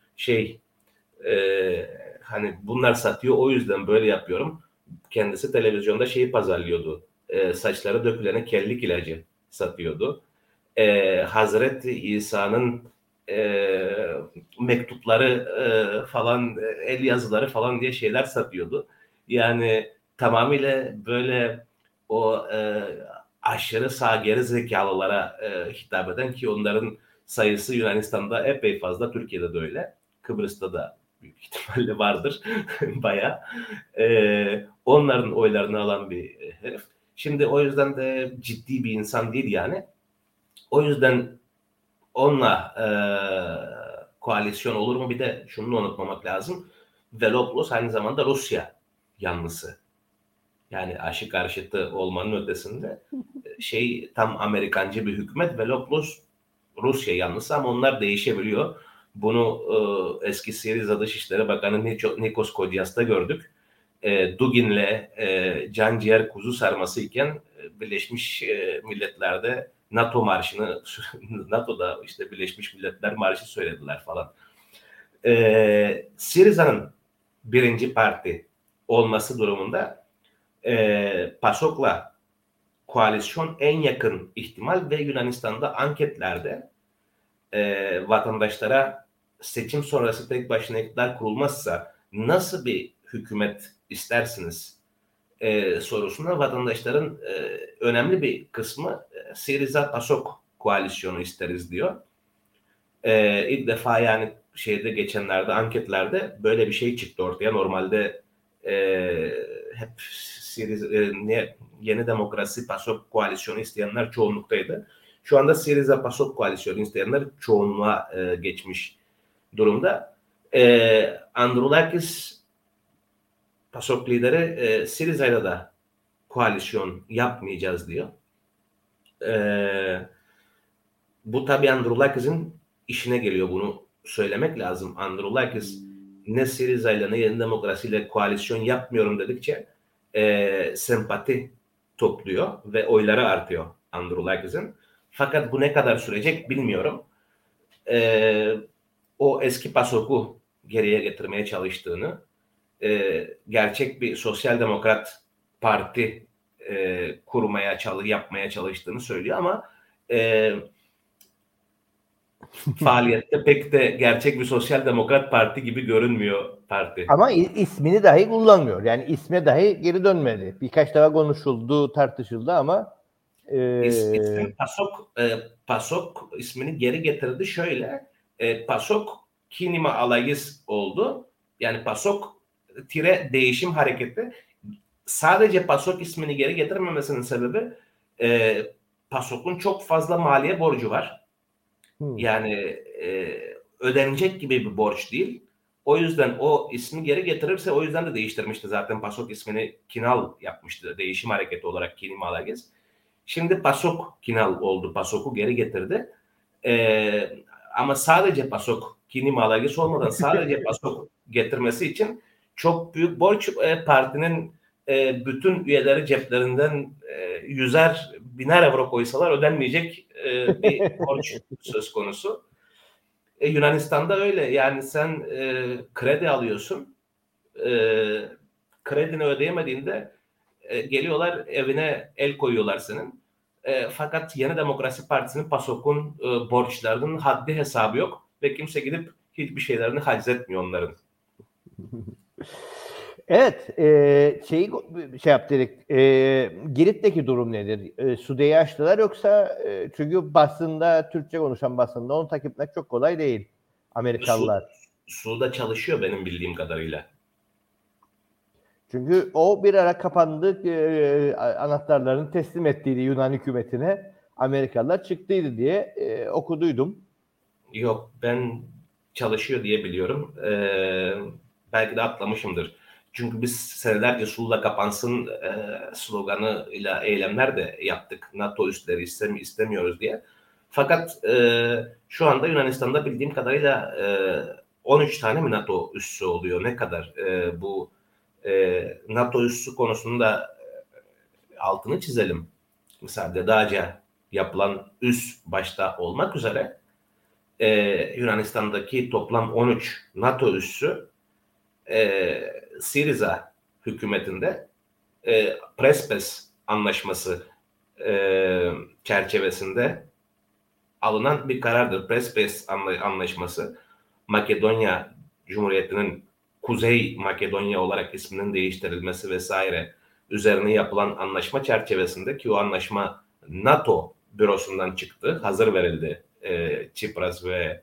S3: hani bunlar satıyor, o yüzden böyle yapıyorum. Kendisi televizyonda şeyi pazarlıyordu. Saçları dökülene kellik ilacı satıyordu. Hazreti İsa'nın mektupları falan, el yazıları falan diye şeyler satıyordu. Yani tamamıyla böyle o aşırı sağ geri zekalılara hitap eden, ki onların sayısı Yunanistan'da epey fazla, Türkiye'de de öyle. Kıbrıs'ta da büyük ihtimalle vardır bayağı. Onların oylarını alan bir herif. Şimdi o yüzden de ciddi bir insan değil yani. O yüzden onunla koalisyon olur mu? Bir de şunu unutmamak lazım. Velopoulos aynı zamanda Rusya yanlısı. Yani aşı karşıtı olmanın ötesinde tam Amerikancı bir hükümet. Velopoulos Rusya yanlısı ama onlar değişebiliyor. Bunu eski Syriza Dışişleri Bakanı Nikos Kodias'ta gördük. Dugin'le can ciğer kuzu sarması iken Birleşmiş Milletler'de NATO marşını, NATO'da işte Birleşmiş Milletler Marşı söylediler falan. Syriza'nın birinci parti olması durumunda PASOK'la koalisyon en yakın ihtimal ve Yunanistan'da anketlerde vatandaşlara seçim sonrası tek başına iktidar kurulmazsa nasıl bir hükümet istersiniz sorusuna vatandaşların önemli bir kısmı Syriza PASOK koalisyonu isteriz diyor. İlk defa yani geçenlerde anketlerde böyle bir şey çıktı ortaya. Normalde hep Yeni Demokrasi PASOK koalisyonu isteyenler çoğunluktaydı. Şu anda Syriza PASOK koalisyonu isteyenler çoğunluğa geçmiş durumda. Androulakis PASOK lideri Syriza'yla da koalisyon yapmayacağız diyor. Bu tabii Androulakis'in işine geliyor, bunu söylemek lazım. Androulakis ne Syriza'yla ne Yeni Demokrasi'yle koalisyon yapmıyorum dedikçe sempati topluyor ve oyları artıyor Androulakis'in. Fakat bu ne kadar sürecek bilmiyorum. O eski PASOK'u geriye getirmeye çalıştığını, gerçek bir sosyal demokrat parti yapmaya çalıştığını söylüyor ama faaliyette pek de gerçek bir sosyal demokrat parti gibi görünmüyor parti.
S2: Ama ismini dahi kullanmıyor. Yani isme dahi geri dönmedi. Birkaç defa konuşuldu, tartışıldı ama
S3: İsim PASOK ismini geri getirdi. Şöyle, PASOK Kinima Alayis oldu. Yani PASOK değişim hareketi. Sadece PASOK ismini geri getirmemesinin sebebi PASOK'un çok fazla maliye borcu var. Yani ödenecek gibi bir borç değil. O yüzden o ismi geri getirirse, o yüzden de değiştirmişti zaten. PASOK ismini Kinal yapmıştı. Değişim hareketi olarak Kini Malagez. Şimdi PASOK Kinal oldu. PASOK'u geri getirdi. Ama sadece PASOK Kini Malagez olmadan sadece PASOK getirmesi için çok büyük borç, partinin bütün üyeleri ceplerinden yüzer biner euro koysalar ödenmeyecek bir borç söz konusu. Yunanistan'da öyle. Yani sen kredi alıyorsun. Kredini ödeyemediğinde geliyorlar evine el koyuyorlar senin. Fakat Yeni Demokrasi Partisi'nin, PASOK'un borçlarının haddi hesabı yok ve kimse gidip hiçbir şeylerini haczetmiyor onların.
S2: Evet, şey yap dedik. Girit'teki durum nedir? Sude'yi açtılar yoksa çünkü basında, Türkçe konuşan basında onu takip etmek çok kolay değil. Amerikalılar.
S3: Suda çalışıyor benim bildiğim kadarıyla.
S2: Çünkü o bir ara kapandı, anahtarlarını teslim ettiydi Yunan hükümetine. Amerikalılar çıktıydı diye okuduydum.
S3: Yok, ben çalışıyor diye biliyorum. Belki de atlamışımdır. Çünkü biz senelerce Sula kapansın sloganıyla eylemler de yaptık. NATO üsleri istemiyoruz diye. Fakat şu anda Yunanistan'da bildiğim kadarıyla 13 tane mi NATO üssü oluyor? Ne kadar? Bu NATO üssü konusunda altını çizelim. Mesela Dadaca yapılan üs başta olmak üzere Yunanistan'daki toplam 13 NATO üssü Syriza hükümetinde Prespes anlaşması çerçevesinde alınan bir karardır. Prespes anlaşması Makedonya Cumhuriyeti'nin Kuzey Makedonya olarak isminin değiştirilmesi vesaire üzerine yapılan anlaşma çerçevesinde, ki o anlaşma NATO bürosundan çıktı, hazır verildi. Tsipras ve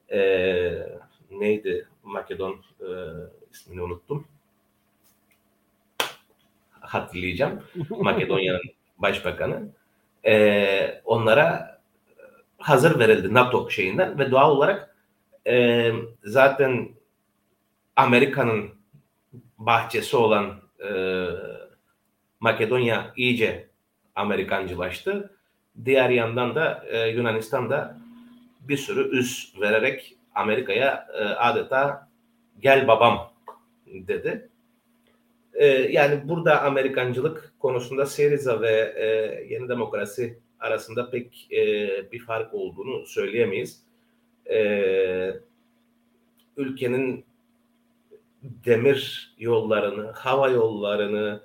S3: neydi Makedon ismini unuttum. Hatırlayacağım. Makedonya'nın başbakanı. Onlara hazır verildi NATO şeyinden ve doğal olarak zaten Amerika'nın bahçesi olan Makedonya iyice Amerikancılaştı. Diğer yandan da Yunanistan'da bir sürü üs vererek Amerika'ya adeta gel babam dedi. Yani burada Amerikancılık konusunda Syriza ve Yeni Demokrasi arasında pek bir fark olduğunu söyleyemeyiz. Ülkenin demir yollarını, hava yollarını,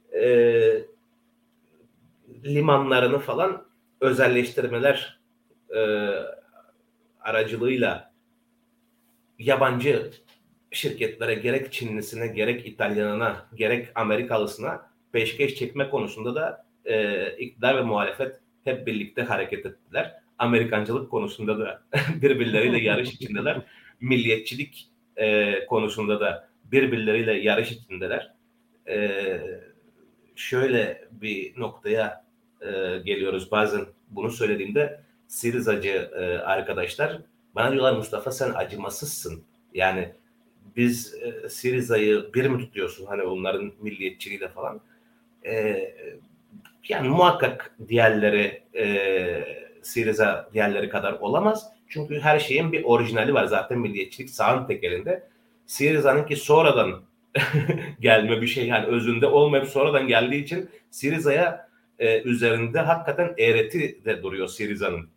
S3: limanlarını falan özelleştirmeler aracılığıyla yabancı şirketlere, gerek Çinlisine, gerek İtalyanına, gerek Amerikalısına peşkeş çekme konusunda da iktidar ve muhalefet hep birlikte hareket ettiler. Amerikancılık konusunda da birbirleriyle yarış içindeler. Milliyetçilik konusunda da birbirleriyle yarış içindeler. Şöyle bir noktaya geliyoruz. Bazen bunu söylediğimde Sirizacı arkadaşlar bana diyorlar, Mustafa sen acımasızsın. Yani biz Siriza'yı bir mi tutuyorsun? Hani onların milliyetçiliğiyle falan. Yani muhakkak diğerleri Siriza diğerleri kadar olamaz. Çünkü her şeyin bir orijinali var. Zaten milliyetçilik sağın tekelinde. Siriza'nınki sonradan gelme bir şey. Yani özünde olmayıp sonradan geldiği için Siriza'ya üzerinde hakikaten eğreti de duruyor Siriza'nın.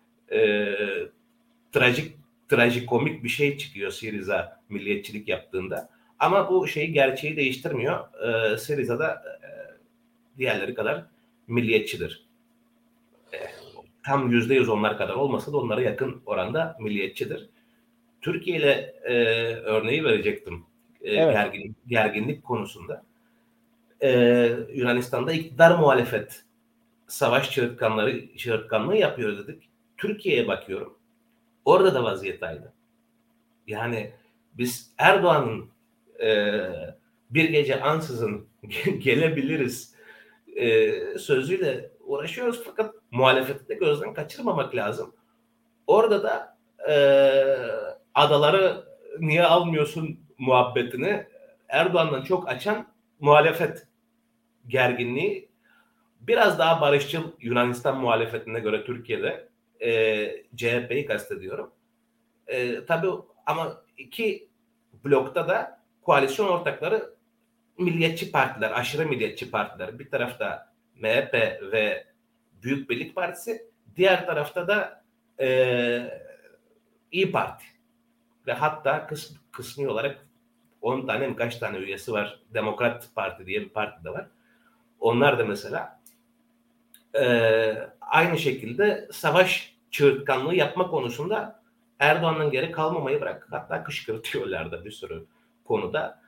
S3: Trajikomik bir şey çıkıyor Syriza milliyetçilik yaptığında. Ama bu gerçeği değiştirmiyor. Syriza da diğerleri kadar milliyetçidir. Tam %100 onlar kadar olmasa da onlara yakın oranda milliyetçidir. Türkiye ile örneği verecektim.
S2: Evet.
S3: Gerginlik konusunda. Yunanistan'da iktidar muhalefet savaş çığırtkanlığı yapıyor dedik. Türkiye'ye bakıyorum. Orada da vaziyet aynı. Yani biz Erdoğan'ın bir gece ansızın gelebiliriz sözüyle uğraşıyoruz, fakat muhalefeti de gözden kaçırmamak lazım. Orada da adaları niye almıyorsun muhabbetini Erdoğan'dan çok açan muhalefet gerginliği, biraz daha barışçıl Yunanistan muhalefetine göre Türkiye'de CHP'yi kastediyorum. Tabii ama iki blokta da koalisyon ortakları milliyetçi partiler, aşırı milliyetçi partiler. Bir tarafta MHP ve Büyük Birlik Partisi, diğer tarafta da İYİ Parti. Ve hatta kısmi olarak 10 tane mi kaç tane üyesi var. Demokrat Parti diye bir parti de var. Onlar da mesela aynı şekilde savaş çığırtkanlığı yapma konusunda Erdoğan'ın geri kalmamayı bırak. Hatta kışkırtıyorlar da bir sürü konuda.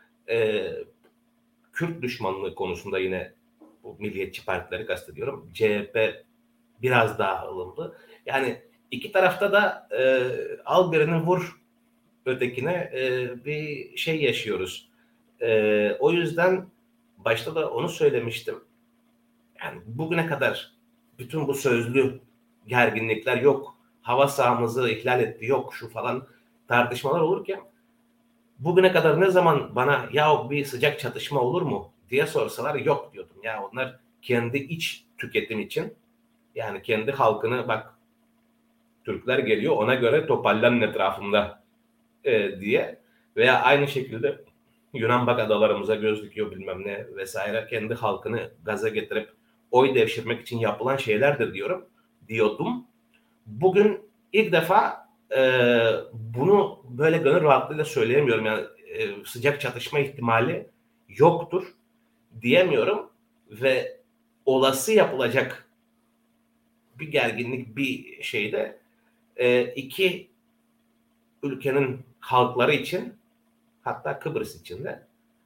S3: Kürt düşmanlığı konusunda yine bu milliyetçi partileri kastediyorum. CHP biraz daha ılımlı. Yani iki tarafta da al birini vur ötekine bir şey yaşıyoruz. O yüzden başta da onu söylemiştim. Yani bugüne kadar bütün bu sözlü gerginlikler yok. Hava sahamızı ihlal etti, yok şu falan tartışmalar olurken bugüne kadar ne zaman bana ya bir sıcak çatışma olur mu diye sorsalar yok diyordum. Ya onlar kendi iç tüketim için, yani kendi halkını bak Türkler geliyor ona göre toparlanın etrafında diye, veya aynı şekilde Yunan bak adalarımıza göz dikiyor bilmem ne vesaire, kendi halkını gaza getirip oy devşirmek için yapılan şeylerdir diyordum. Bugün ilk defa bunu böyle gönül rahatlığıyla söyleyemiyorum. Yani sıcak çatışma ihtimali yoktur diyemiyorum ve olası yapılacak bir gerginlik bir şeyde iki ülkenin halkları için, hatta Kıbrıs için de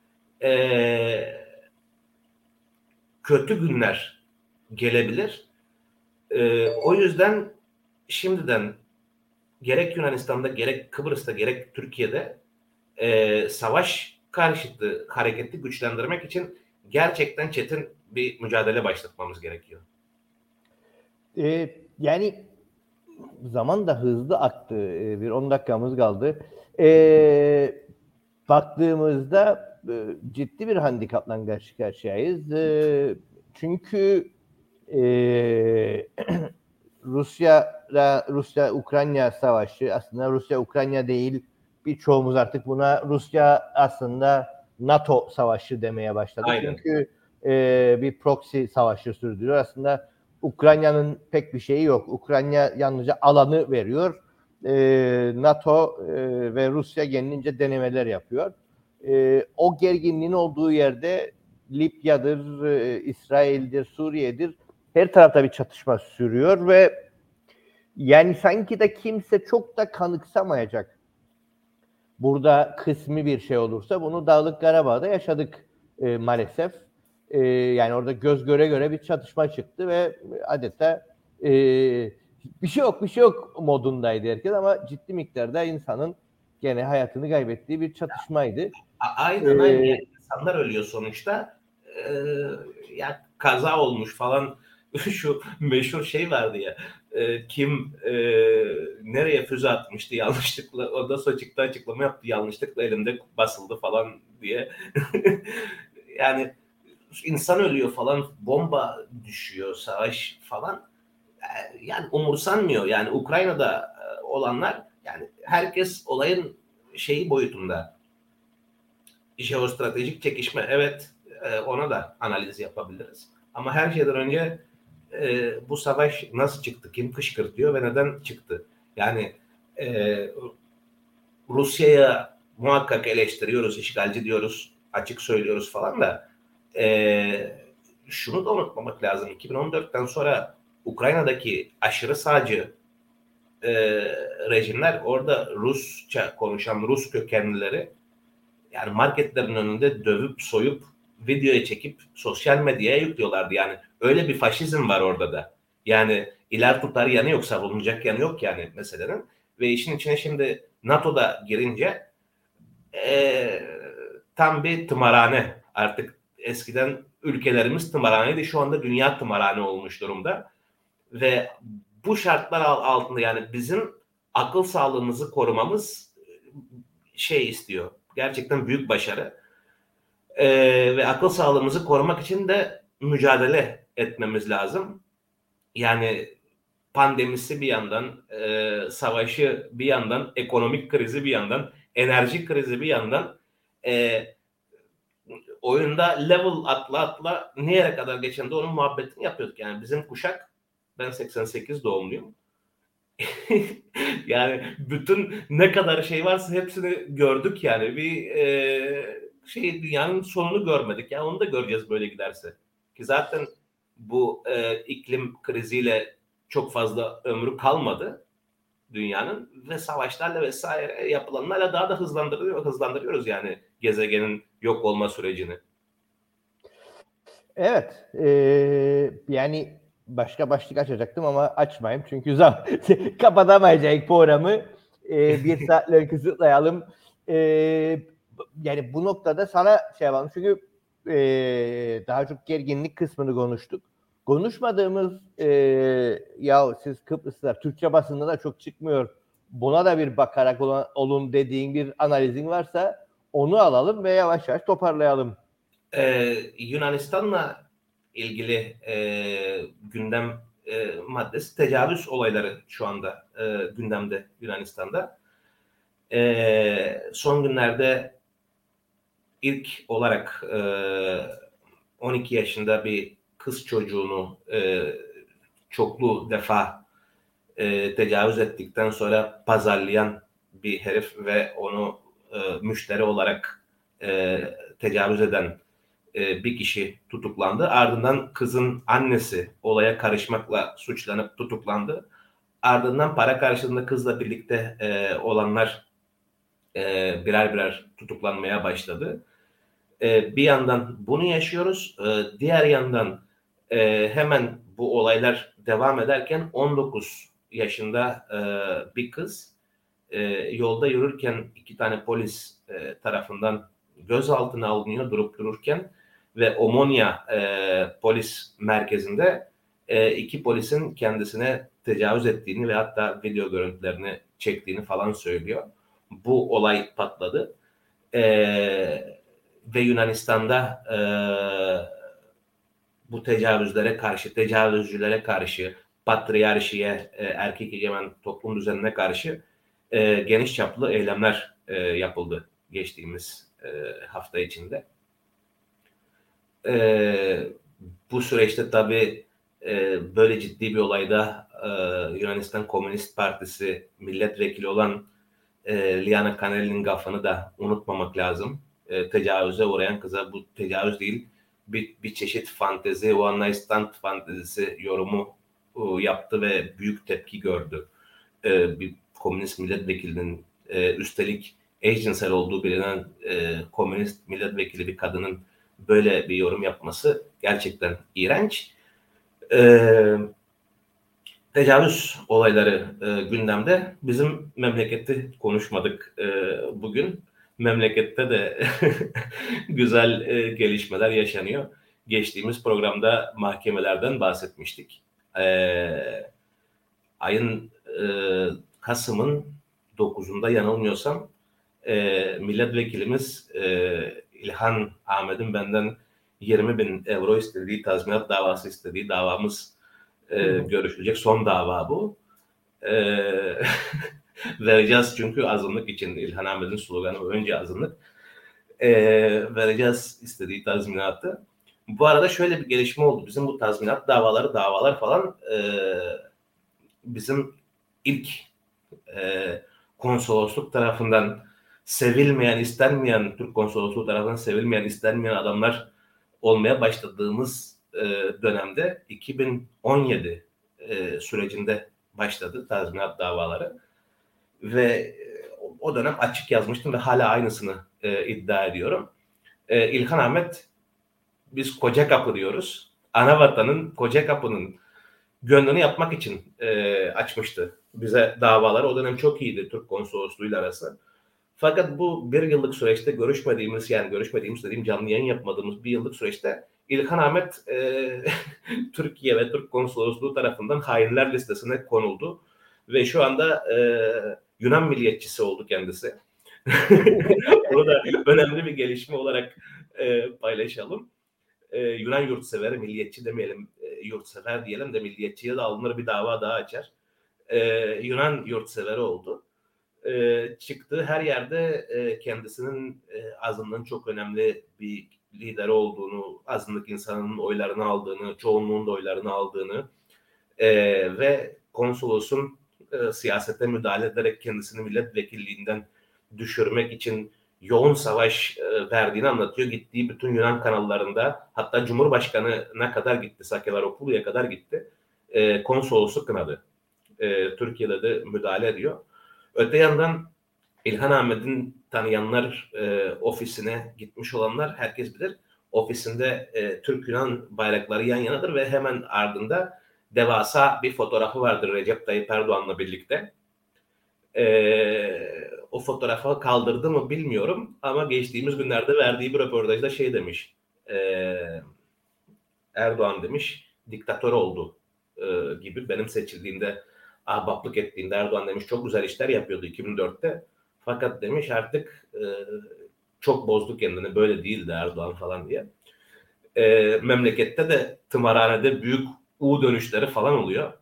S3: kötü günler gelebilir. O yüzden şimdiden gerek Yunanistan'da, gerek Kıbrıs'ta, gerek Türkiye'de savaş karşıtı hareketi güçlendirmek için gerçekten çetin bir mücadele başlatmamız gerekiyor.
S2: Yani zaman da hızlı aktı. Bir 10 dakikamız kaldı. Baktığımızda ciddi bir handikapla karşı karşıyayız. Çünkü Rusya-Ukrayna savaşı aslında Rusya-Ukrayna değil, birçoğumuz artık buna Rusya aslında NATO savaşı demeye başladı.
S3: Aynen.
S2: Çünkü bir proxy savaşı sürdürüyor. Aslında Ukrayna'nın pek bir şeyi yok. Ukrayna yalnızca alanı veriyor. NATO ve Rusya kendince denemeler yapıyor. O gerginliğin olduğu yerde Libya'dır, İsrail'dir, Suriye'dir, her tarafta bir çatışma sürüyor ve yani sanki de kimse çok da kanıksamayacak. Burada kısmi bir şey olursa bunu Dağlık Karabağ'da yaşadık maalesef. Yani orada göz göre göre bir çatışma çıktı ve adeta bir şey yok modundaydı herkes, ama ciddi miktarda insanın gene hayatını kaybettiği bir çatışmaydı.
S3: Aynen. Yani insanlar ölüyor sonuçta. Ya kaza olmuş falan. Şu meşhur şey vardı ya. Kim nereye füze atmıştı yanlışlıkla, o da Soçik'te açıklama yaptı, yanlışlıkla elimde basıldı falan diye. Yani insan ölüyor falan, bomba düşüyor, savaş falan. Yani umursanmıyor. Yani Ukrayna'da olanlar, yani herkes olayın şeyi boyutunda. Jeostratejik çekişme, evet, ona da analiz yapabiliriz. Ama her şeyden önce bu savaş nasıl çıktı, kim kışkırtıyor ve neden çıktı? Yani Rusya'ya muhakkak eleştiriyoruz, işgalci diyoruz, açık söylüyoruz falan da şunu da unutmamak lazım. 2014'ten sonra Ukrayna'daki aşırı sağcı rejimler, orada Rusça konuşan Rus kökenlileri yani marketlerin önünde dövüp soyup videoya çekip sosyal medyaya yüklüyorlardı. Yani öyle bir faşizm var orada da. Yani iler tutar yanı yok, savunulacak yanı yok yani meselenin. Ve işin içine şimdi NATO'da girince tam bir tımarhane. Artık eskiden ülkelerimiz tımarhaneydi, şu anda dünya tımarhane olmuş durumda. Ve bu şartlar altında yani bizim akıl sağlığımızı korumamız şey istiyor. Gerçekten büyük başarı. Ve akıl sağlığımızı korumak için de mücadele etmemiz lazım. Yani pandemisi bir yandan, savaşı bir yandan, ekonomik krizi bir yandan, enerji krizi bir yandan, oyunda level atla ne yere kadar geçen de onun muhabbetini yapıyorduk. Yani bizim kuşak, ben 88 doğumluyum. Yani bütün ne kadar şey varsa hepsini gördük yani. Bir dünyanın sonunu görmedik. Yani onu da göreceğiz böyle giderse. Ki zaten bu iklim kriziyle çok fazla ömrü kalmadı dünyanın ve savaşlarla vesaire yapılanlarla daha da hızlandırıyoruz yani gezegenin yok olma sürecini.
S2: Evet. Yani başka başlık açacaktım ama açmayayım. Çünkü kapatamayacak programı. Bir saatle kısıtlayalım. Yani bu noktada sana şey yapalım. Çünkü daha çok gerginlik kısmını konuştuk. Konuşmadığımız ya siz Kıbrıslılar Türkçe basında da çok çıkmıyor. Buna da bir bakarak olun dediğin bir analizin varsa onu alalım ve yavaş yavaş toparlayalım.
S3: Yunanistan'la ilgili gündem maddesi tecavüz olayları şu anda gündemde Yunanistan'da. Son günlerde ilk olarak 12 yaşında bir kız çocuğunu çoklu defa tecavüz ettikten sonra pazarlayan bir herif ve onu müşteri olarak tecavüz eden bir kişi tutuklandı. Ardından kızın annesi olaya karışmakla suçlanıp tutuklandı. Ardından para karşılığında kızla birlikte olanlar birer birer tutuklanmaya başladı. Bir yandan bunu yaşıyoruz. Diğer yandan hemen bu olaylar devam ederken 19 yaşında bir kız yolda yürürken iki tane polis tarafından gözaltına alınıyor durup dururken ve Omonia polis merkezinde iki polisin kendisine tecavüz ettiğini ve hatta video görüntülerini çektiğini falan söylüyor. Bu olay patladı. Ve Yunanistan'da bu tecavüzlere karşı, tecavüzcülere karşı, patriarşiye, erkek egemen toplum düzenine karşı geniş çaplı eylemler yapıldı geçtiğimiz hafta içinde. Bu süreçte tabii böyle ciddi bir olayda Yunanistan Komünist Partisi milletvekili olan Liana Kanelli'nin gafını da unutmamak lazım. Tecavüze uğrayan kıza bu tecavüz değil, bir çeşit fantezi, one night stand fantezisi yorumu yaptı ve büyük tepki gördü. Bir komünist milletvekilinin üstelik eşcinsel olduğu bilinen komünist milletvekili bir kadının böyle bir yorum yapması gerçekten iğrenç. Tecavüz olayları gündemde. Bizim memleketi konuşmadık bugün. Memlekette de güzel gelişmeler yaşanıyor. Geçtiğimiz programda mahkemelerden bahsetmiştik. Ayın Kasım'ın 9'unda yanılmıyorsam milletvekilimiz İlhan Ahmet'in benden 20.000 euro istediği, tazminat davası istediği davamız görüşülecek. Son dava bu. Vereceğiz çünkü azınlık için İlhan Ahmet'in sloganı önce azınlık. Vereceğiz istediği tazminatı. Bu arada şöyle bir gelişme oldu. Bizim bu tazminat davalar falan bizim ilk konsolosluk tarafından sevilmeyen, istenmeyen, Türk konsolosluğu tarafından sevilmeyen, istenmeyen adamlar olmaya başladığımız dönemde 2017 sürecinde başladı tazminat davaları ve o dönem açık yazmıştım ve hala aynısını iddia ediyorum. İlhan Ahmet, biz Kocakapı diyoruz. Anavatanın Kocakapı'nın gönlünü yapmak için açmıştı bize davaları. O dönem çok iyiydi Türk konsolosluğuyla arası. Fakat bu bir yıllık süreçte görüşmediğimiz dediğim canlı yayın yapmadığımız bir yıllık süreçte İlhan Ahmet Türkiye ve Türk konsolosluğu tarafından hainler listesine konuldu. ve şu anda Yunan milliyetçisi oldu kendisi. Bunu da önemli bir gelişme olarak paylaşalım. Yunan yurtsever, milliyetçi demeyelim, yurtsever diyelim de milliyetçiye de alınır, bir dava daha açar. Yunan yurtseveri oldu. Çıktığı her yerde kendisinin azınlığın çok önemli bir lideri olduğunu, azınlık insanının oylarını aldığını, çoğunluğun da oylarını aldığını ve konsolosun siyasete müdahale ederek kendisini milletvekilliğinden düşürmek için yoğun savaş verdiğini anlatıyor. Gittiği bütün Yunan kanallarında, hatta Cumhurbaşkanı'na kadar gitti, Sakellaropoulos'a kadar gitti. Konsolosu kınadı. Türkiye'de de müdahale ediyor. Öte yandan İlhan Ahmet'in tanıyanlar, ofisine gitmiş olanlar herkes bilir. Ofisinde Türk-Yunan bayrakları yan yanadır ve hemen ardında devasa bir fotoğrafı vardır Recep Tayyip Erdoğan'la birlikte. O fotoğrafı kaldırdı mı bilmiyorum ama geçtiğimiz günlerde verdiği bir röportajda şey demiş. Erdoğan demiş diktatör oldu gibi, benim seçildiğimde, ahbaplık ettiğinde Erdoğan demiş çok güzel işler yapıyordu 2004'te. Fakat demiş artık çok bozdu kendini, böyle değildi Erdoğan falan diye. Memlekette de tımarhanede büyük U dönüşleri falan oluyor.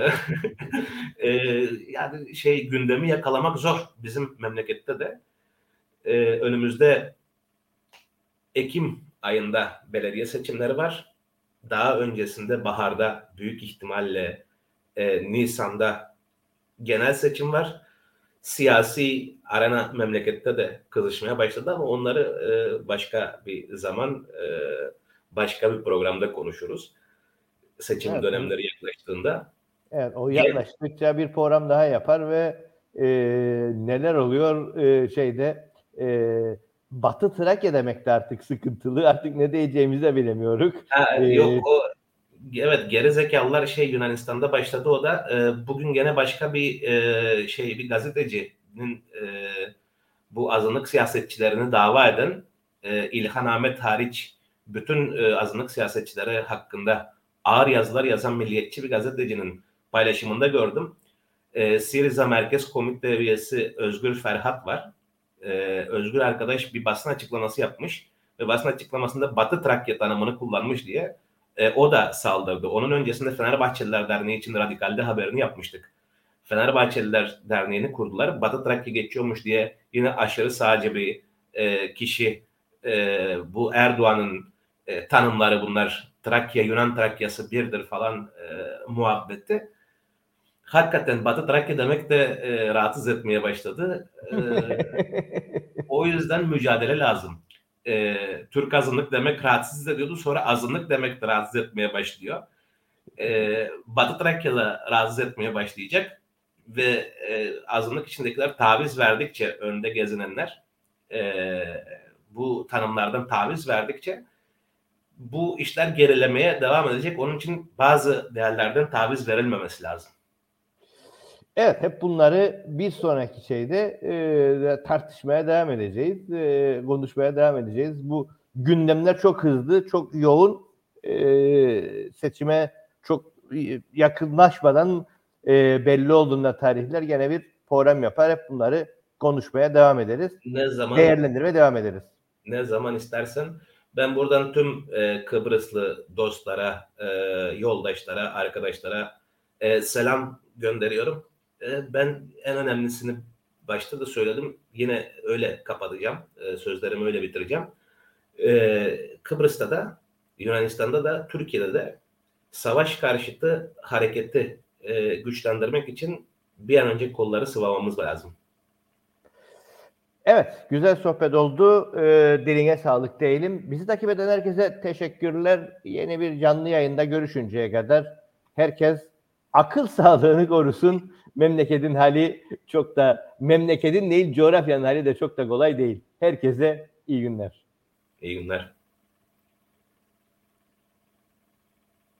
S3: Yani gündemi yakalamak zor bizim memlekette de. Önümüzde Ekim ayında belediye seçimleri var. Daha öncesinde baharda büyük ihtimalle Nisan'da genel seçim var. Siyasi arena memlekette de kızışmaya başladı ama onları başka bir zaman, başka bir programda konuşuruz. Seçim dönemleri yaklaştığında.
S2: Evet, o yaklaştıkça bir program daha yapar ve neler oluyor Batı Trakya demek de artık sıkıntılı. Artık ne diyeceğimizi de bilemiyoruz.
S3: Yok o evet, gerizekalılar Yunanistan'da başladı o da. Bugün gene başka bir bir gazetecinin bu azınlık siyasetçilerini dava eden İlhan Ahmet hariç bütün azınlık siyasetçileri hakkında ağır yazılar yazan milliyetçi bir gazetecinin paylaşımında gördüm. Siriza Merkez Komite üyesi Özgür Ferhat var. Özgür arkadaş bir basın açıklaması yapmış ve basın açıklamasında Batı Trakya tanımını kullanmış diye o da saldırdı. Onun öncesinde Fenerbahçeliler Derneği için Radikal'de haberini yapmıştık. Fenerbahçeliler Derneği'ni kurdular. Batı Trakya geçiyormuş diye yine aşırı sağcı bir kişi, bu Erdoğan'ın tanımları bunlar, Trakya, Yunan Trakyası birdir falan muhabbeti. Hakikaten Batı Trakya demek de rahatsız etmeye başladı. O yüzden mücadele lazım. Türk azınlık demek rahatsız ediyordu. Sonra azınlık demek de rahatsız etmeye başlıyor. Batı Trakya'da rahatsız etmeye başlayacak. Ve azınlık içindekiler taviz verdikçe, önde gezinenler bu tanımlardan taviz verdikçe bu işler gerilemeye devam edecek. Onun için bazı değerlerden taviz verilmemesi lazım.
S2: Evet, hep bunları bir sonraki tartışmaya devam edeceğiz, konuşmaya devam edeceğiz. Bu gündemler çok hızlı, çok yoğun, seçime çok yakınlaşmadan belli olduğunda tarihler gene bir program yapar. Hep bunları konuşmaya devam ederiz. Değerlendirmeye devam ederiz.
S3: Ne zaman istersen. Ben buradan tüm Kıbrıslı dostlara, yoldaşlara, arkadaşlara selam gönderiyorum. Ben en önemlisini başta da söyledim. Yine öyle kapatacağım. Sözlerimi öyle bitireceğim. Kıbrıs'ta da, Yunanistan'da da, Türkiye'de de savaş karşıtı hareketi güçlendirmek için bir an önce kolları sıvamamız lazım.
S2: Evet, güzel sohbet oldu. Diline sağlık diyelim. Bizi takip eden herkese teşekkürler. Yeni bir canlı yayında görüşünceye kadar herkes akıl sağlığını korusun. Memleketin hali çok da, memleketin değil coğrafyanın hali de çok da kolay değil. Herkese iyi günler.
S3: İyi günler.